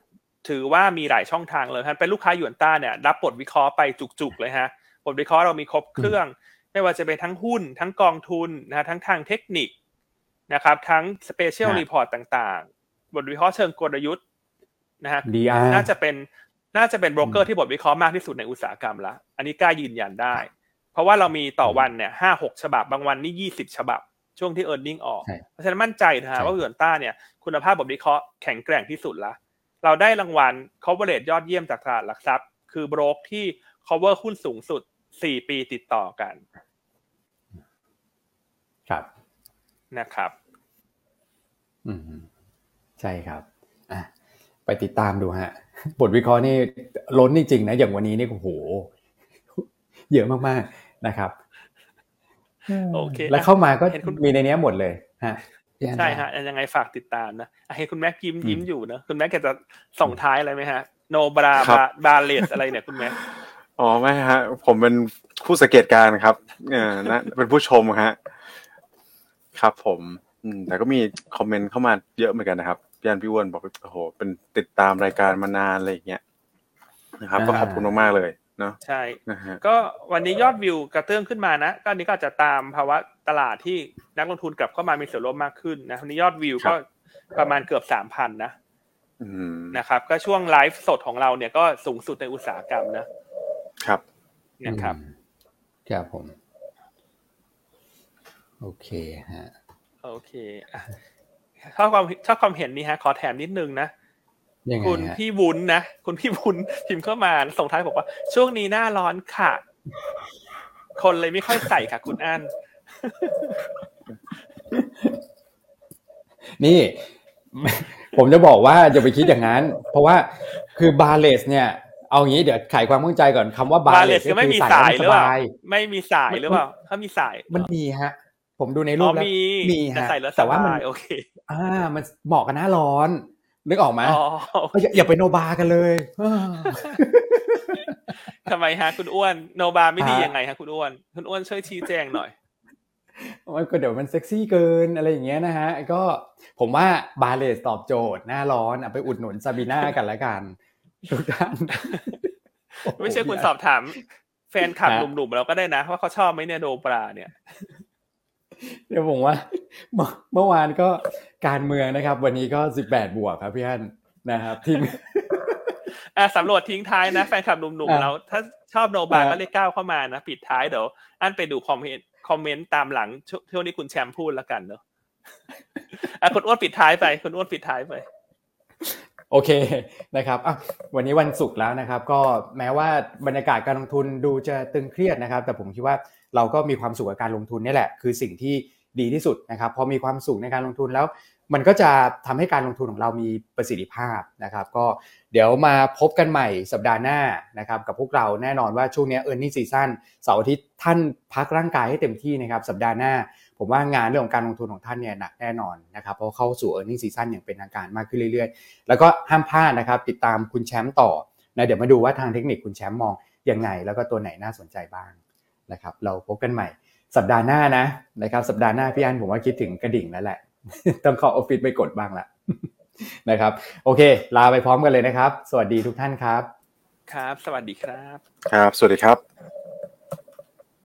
ถือว่ามีหลายช่องทางเลยฮะเป็นลูกค้าหยวนต้าเนี่ยรับบทวิเคราะห์ไปจุกๆเลยฮะบทวิเคราะห์เรามีครบเครื่องไม่ว่าจะเป็นทั้งหุ้นทั้งกองทุนนะทั้งทางเทคนิคนะครับทั้ง Special Report ต่างๆบทวิเคราะห์เชิงกลยุทธ์นะฮะน่าจะเป็นโบรกเกอร์ที่บทวิเคราะห์มากที่สุดในอุตสาหกรรมละอันนี้กล้ายืนยันได้เพราะว่าเรามีต่อวันเนี่ย 5-6 ฉบับบางวันนี่20ฉบับช่วงที่ earning ออกเพราะฉะนั้นมั่นใจนะฮะว่าหยวนต้าเนี่ยคุณภาพบทวิเคราะห์แข็งแกร่งที่สุดละเราได้รางวัล coverage ยอดเยี่ยมจากตลาดหลักทรัพย์คือโบรกที่ cover หุ้นสูงสุด4 ปีติดต่อกันครับนะครับใช่ครับไปติดตามดูฮะบทวิเคราะห์นี่ล้นจริงๆนะอย่างวันนี้นี่โอ้โหเยอะมากๆนะครับโอเคแล้วเข้ามาก็มีในนี้หมดเลยฮะใช่ฮะยังไงฝากติดตามนะให้คุณแม็กยิ้มอยู่นะคุณแม็กจะส่งท้ายอะไรไหมฮะโนบราเลสอะไรเนี่ยคุณแม็กอ๋อไม่ฮะผมเป็นผู้สังเกตการณ์ครับนะเป็นผู้ชมฮะครับผมแต่ก็มีคอมเมนต์เข้ามาเยอะเหมือนกันนะครับพี่อันพี่อ้วนบอกโอ้โหเป็นติดตามรายการมานานอะไรอย่างเงี้ยนะครับก็ขอบคุณมากๆเลยเนาะใช่ก็วันนี้ยอดวิวกระเตื้องขึ้นมานะก็อันนี้ก็อาจจะตามภาวะตลาดที่นักลงทุนกลับเข้ามามีส่วนร่วมมากขึ้นนะวันนี้ยอดวิวก็ประมาณเกือบ 3,000 นะครับก็ช่วงไลฟ์สดของเราเนี่ยก็สูงสุดในอุตสาหกรรมนะครับครับผมโอเคฮะโอเคชอบความเห็นนี้ฮะขอแถมนิดนึงนะคุณพี่วุ้นนะคุณพี่วุ้นพิมพ์เข้ามาส่งท้ายบอกว่าช่วงนี้หน้าร้อนค่ะคนเลยไม่ค่อยใส่ค่ะคุณอั้นนี่ผมจะบอกว่าอย่าไปคิดอย่างนั้นเพราะว่าคือบาเลสเนี่ยเอางี้เดี๋ยวไขความเข้าใจก่อนคำว่าบาเลสก็ไม่มีสายหรือเปล่าไม่มีสายหรือเปล่าถ้ามีสายมันมีฮะผมดูในรูปแล้วมีฮะแต่ว่ามันโอเคมันเหมาะกับหน้าร้อนนึกออกไหมอย่าไปโนบากันเลยทำไมฮะคุณอ้วนโนบาไม่ดียังไงฮะคุณอ้วนช่วยชี้แจงหน่อยก็เดี๋ยวมันเซ็กซี่เกินอะไรอย่างเงี้ยนะฮะก็ผมว่าบาเลสตอบโจทย์หน้าร้อนไปอุดหนุนซาบีน่ากันละกันทุกท่านไม่ใช่คุณสอบถามแฟนคลับหนุ่มๆเราก็ได้นะว่าเขาชอบไหมเนี่ยโนบาเนี่ยเดี๋ยวผมว่าเมื่อวานก็การเมืองนะครับวันนี้ก็18 บวกครับพี่อั้นนะครับทีมสำรวจทิ้งท้ายนะแฟนคลับหนุ่มๆเราถ้าชอบโนบาก็เลข9เข้ามานะปิดท้ายเดี๋ยวอั้นไปดูคอมเมนต์ตามหลังช่วงนี้คุณแชมป์พูดแล้วกันเนาะคุณอ้วนปิดท้ายไปโอเคนะครับวันนี้วันศุกร์แล้วนะครับก็แม้ว่าบรรยากาศการลงทุนดูจะตึงเครียดนะครับแต่ผมคิดว่าเราก็มีความสุขกับการลงทุนนี่แหละคือสิ่งที่ดีที่สุดนะครับพอมีความสุขในการลงทุนแล้วมันก็จะทำให้การลงทุนของเรามีประสิทธิภาพนะครับก็เดี๋ยวมาพบกันใหม่สัปดาห์หน้านะครับกับพวกเราแน่นอนว่าช่วงนี้ earning season เสาร์อาทิตย์ท่านพักร่างกายให้เต็มที่นะครับสัปดาห์หน้าผมว่างานเรื่องของการลงทุนของท่านเนี่ยหนักแน่นอนนะครับเพราะเข้าสู่ earning season อย่างเป็นทางการมากขึ้นเรื่อยๆแล้วก็ห้ามพลาดนะครับติดตามคุณแชมป์ต่อนะเดี๋ยวมาดูว่าทางเทคนิคคุณแชมป์มองยังไงแล้วก็ตัวไหนน่าสนใจบ้างนะครับเราพบกันใหม่สัปดาห์หน้านะครับสัปดาห์หน้าพี่อั้นผมว่าคิดถึงกระดิ่งแล้วแหละต้องเข้าออฟฟิศไปกดบ้างละนะครับโอเคลาไปพร้อมกันเลยนะครับสวัสดีทุกท่านครับครับสวัสดีครับครับสวัสดีครับ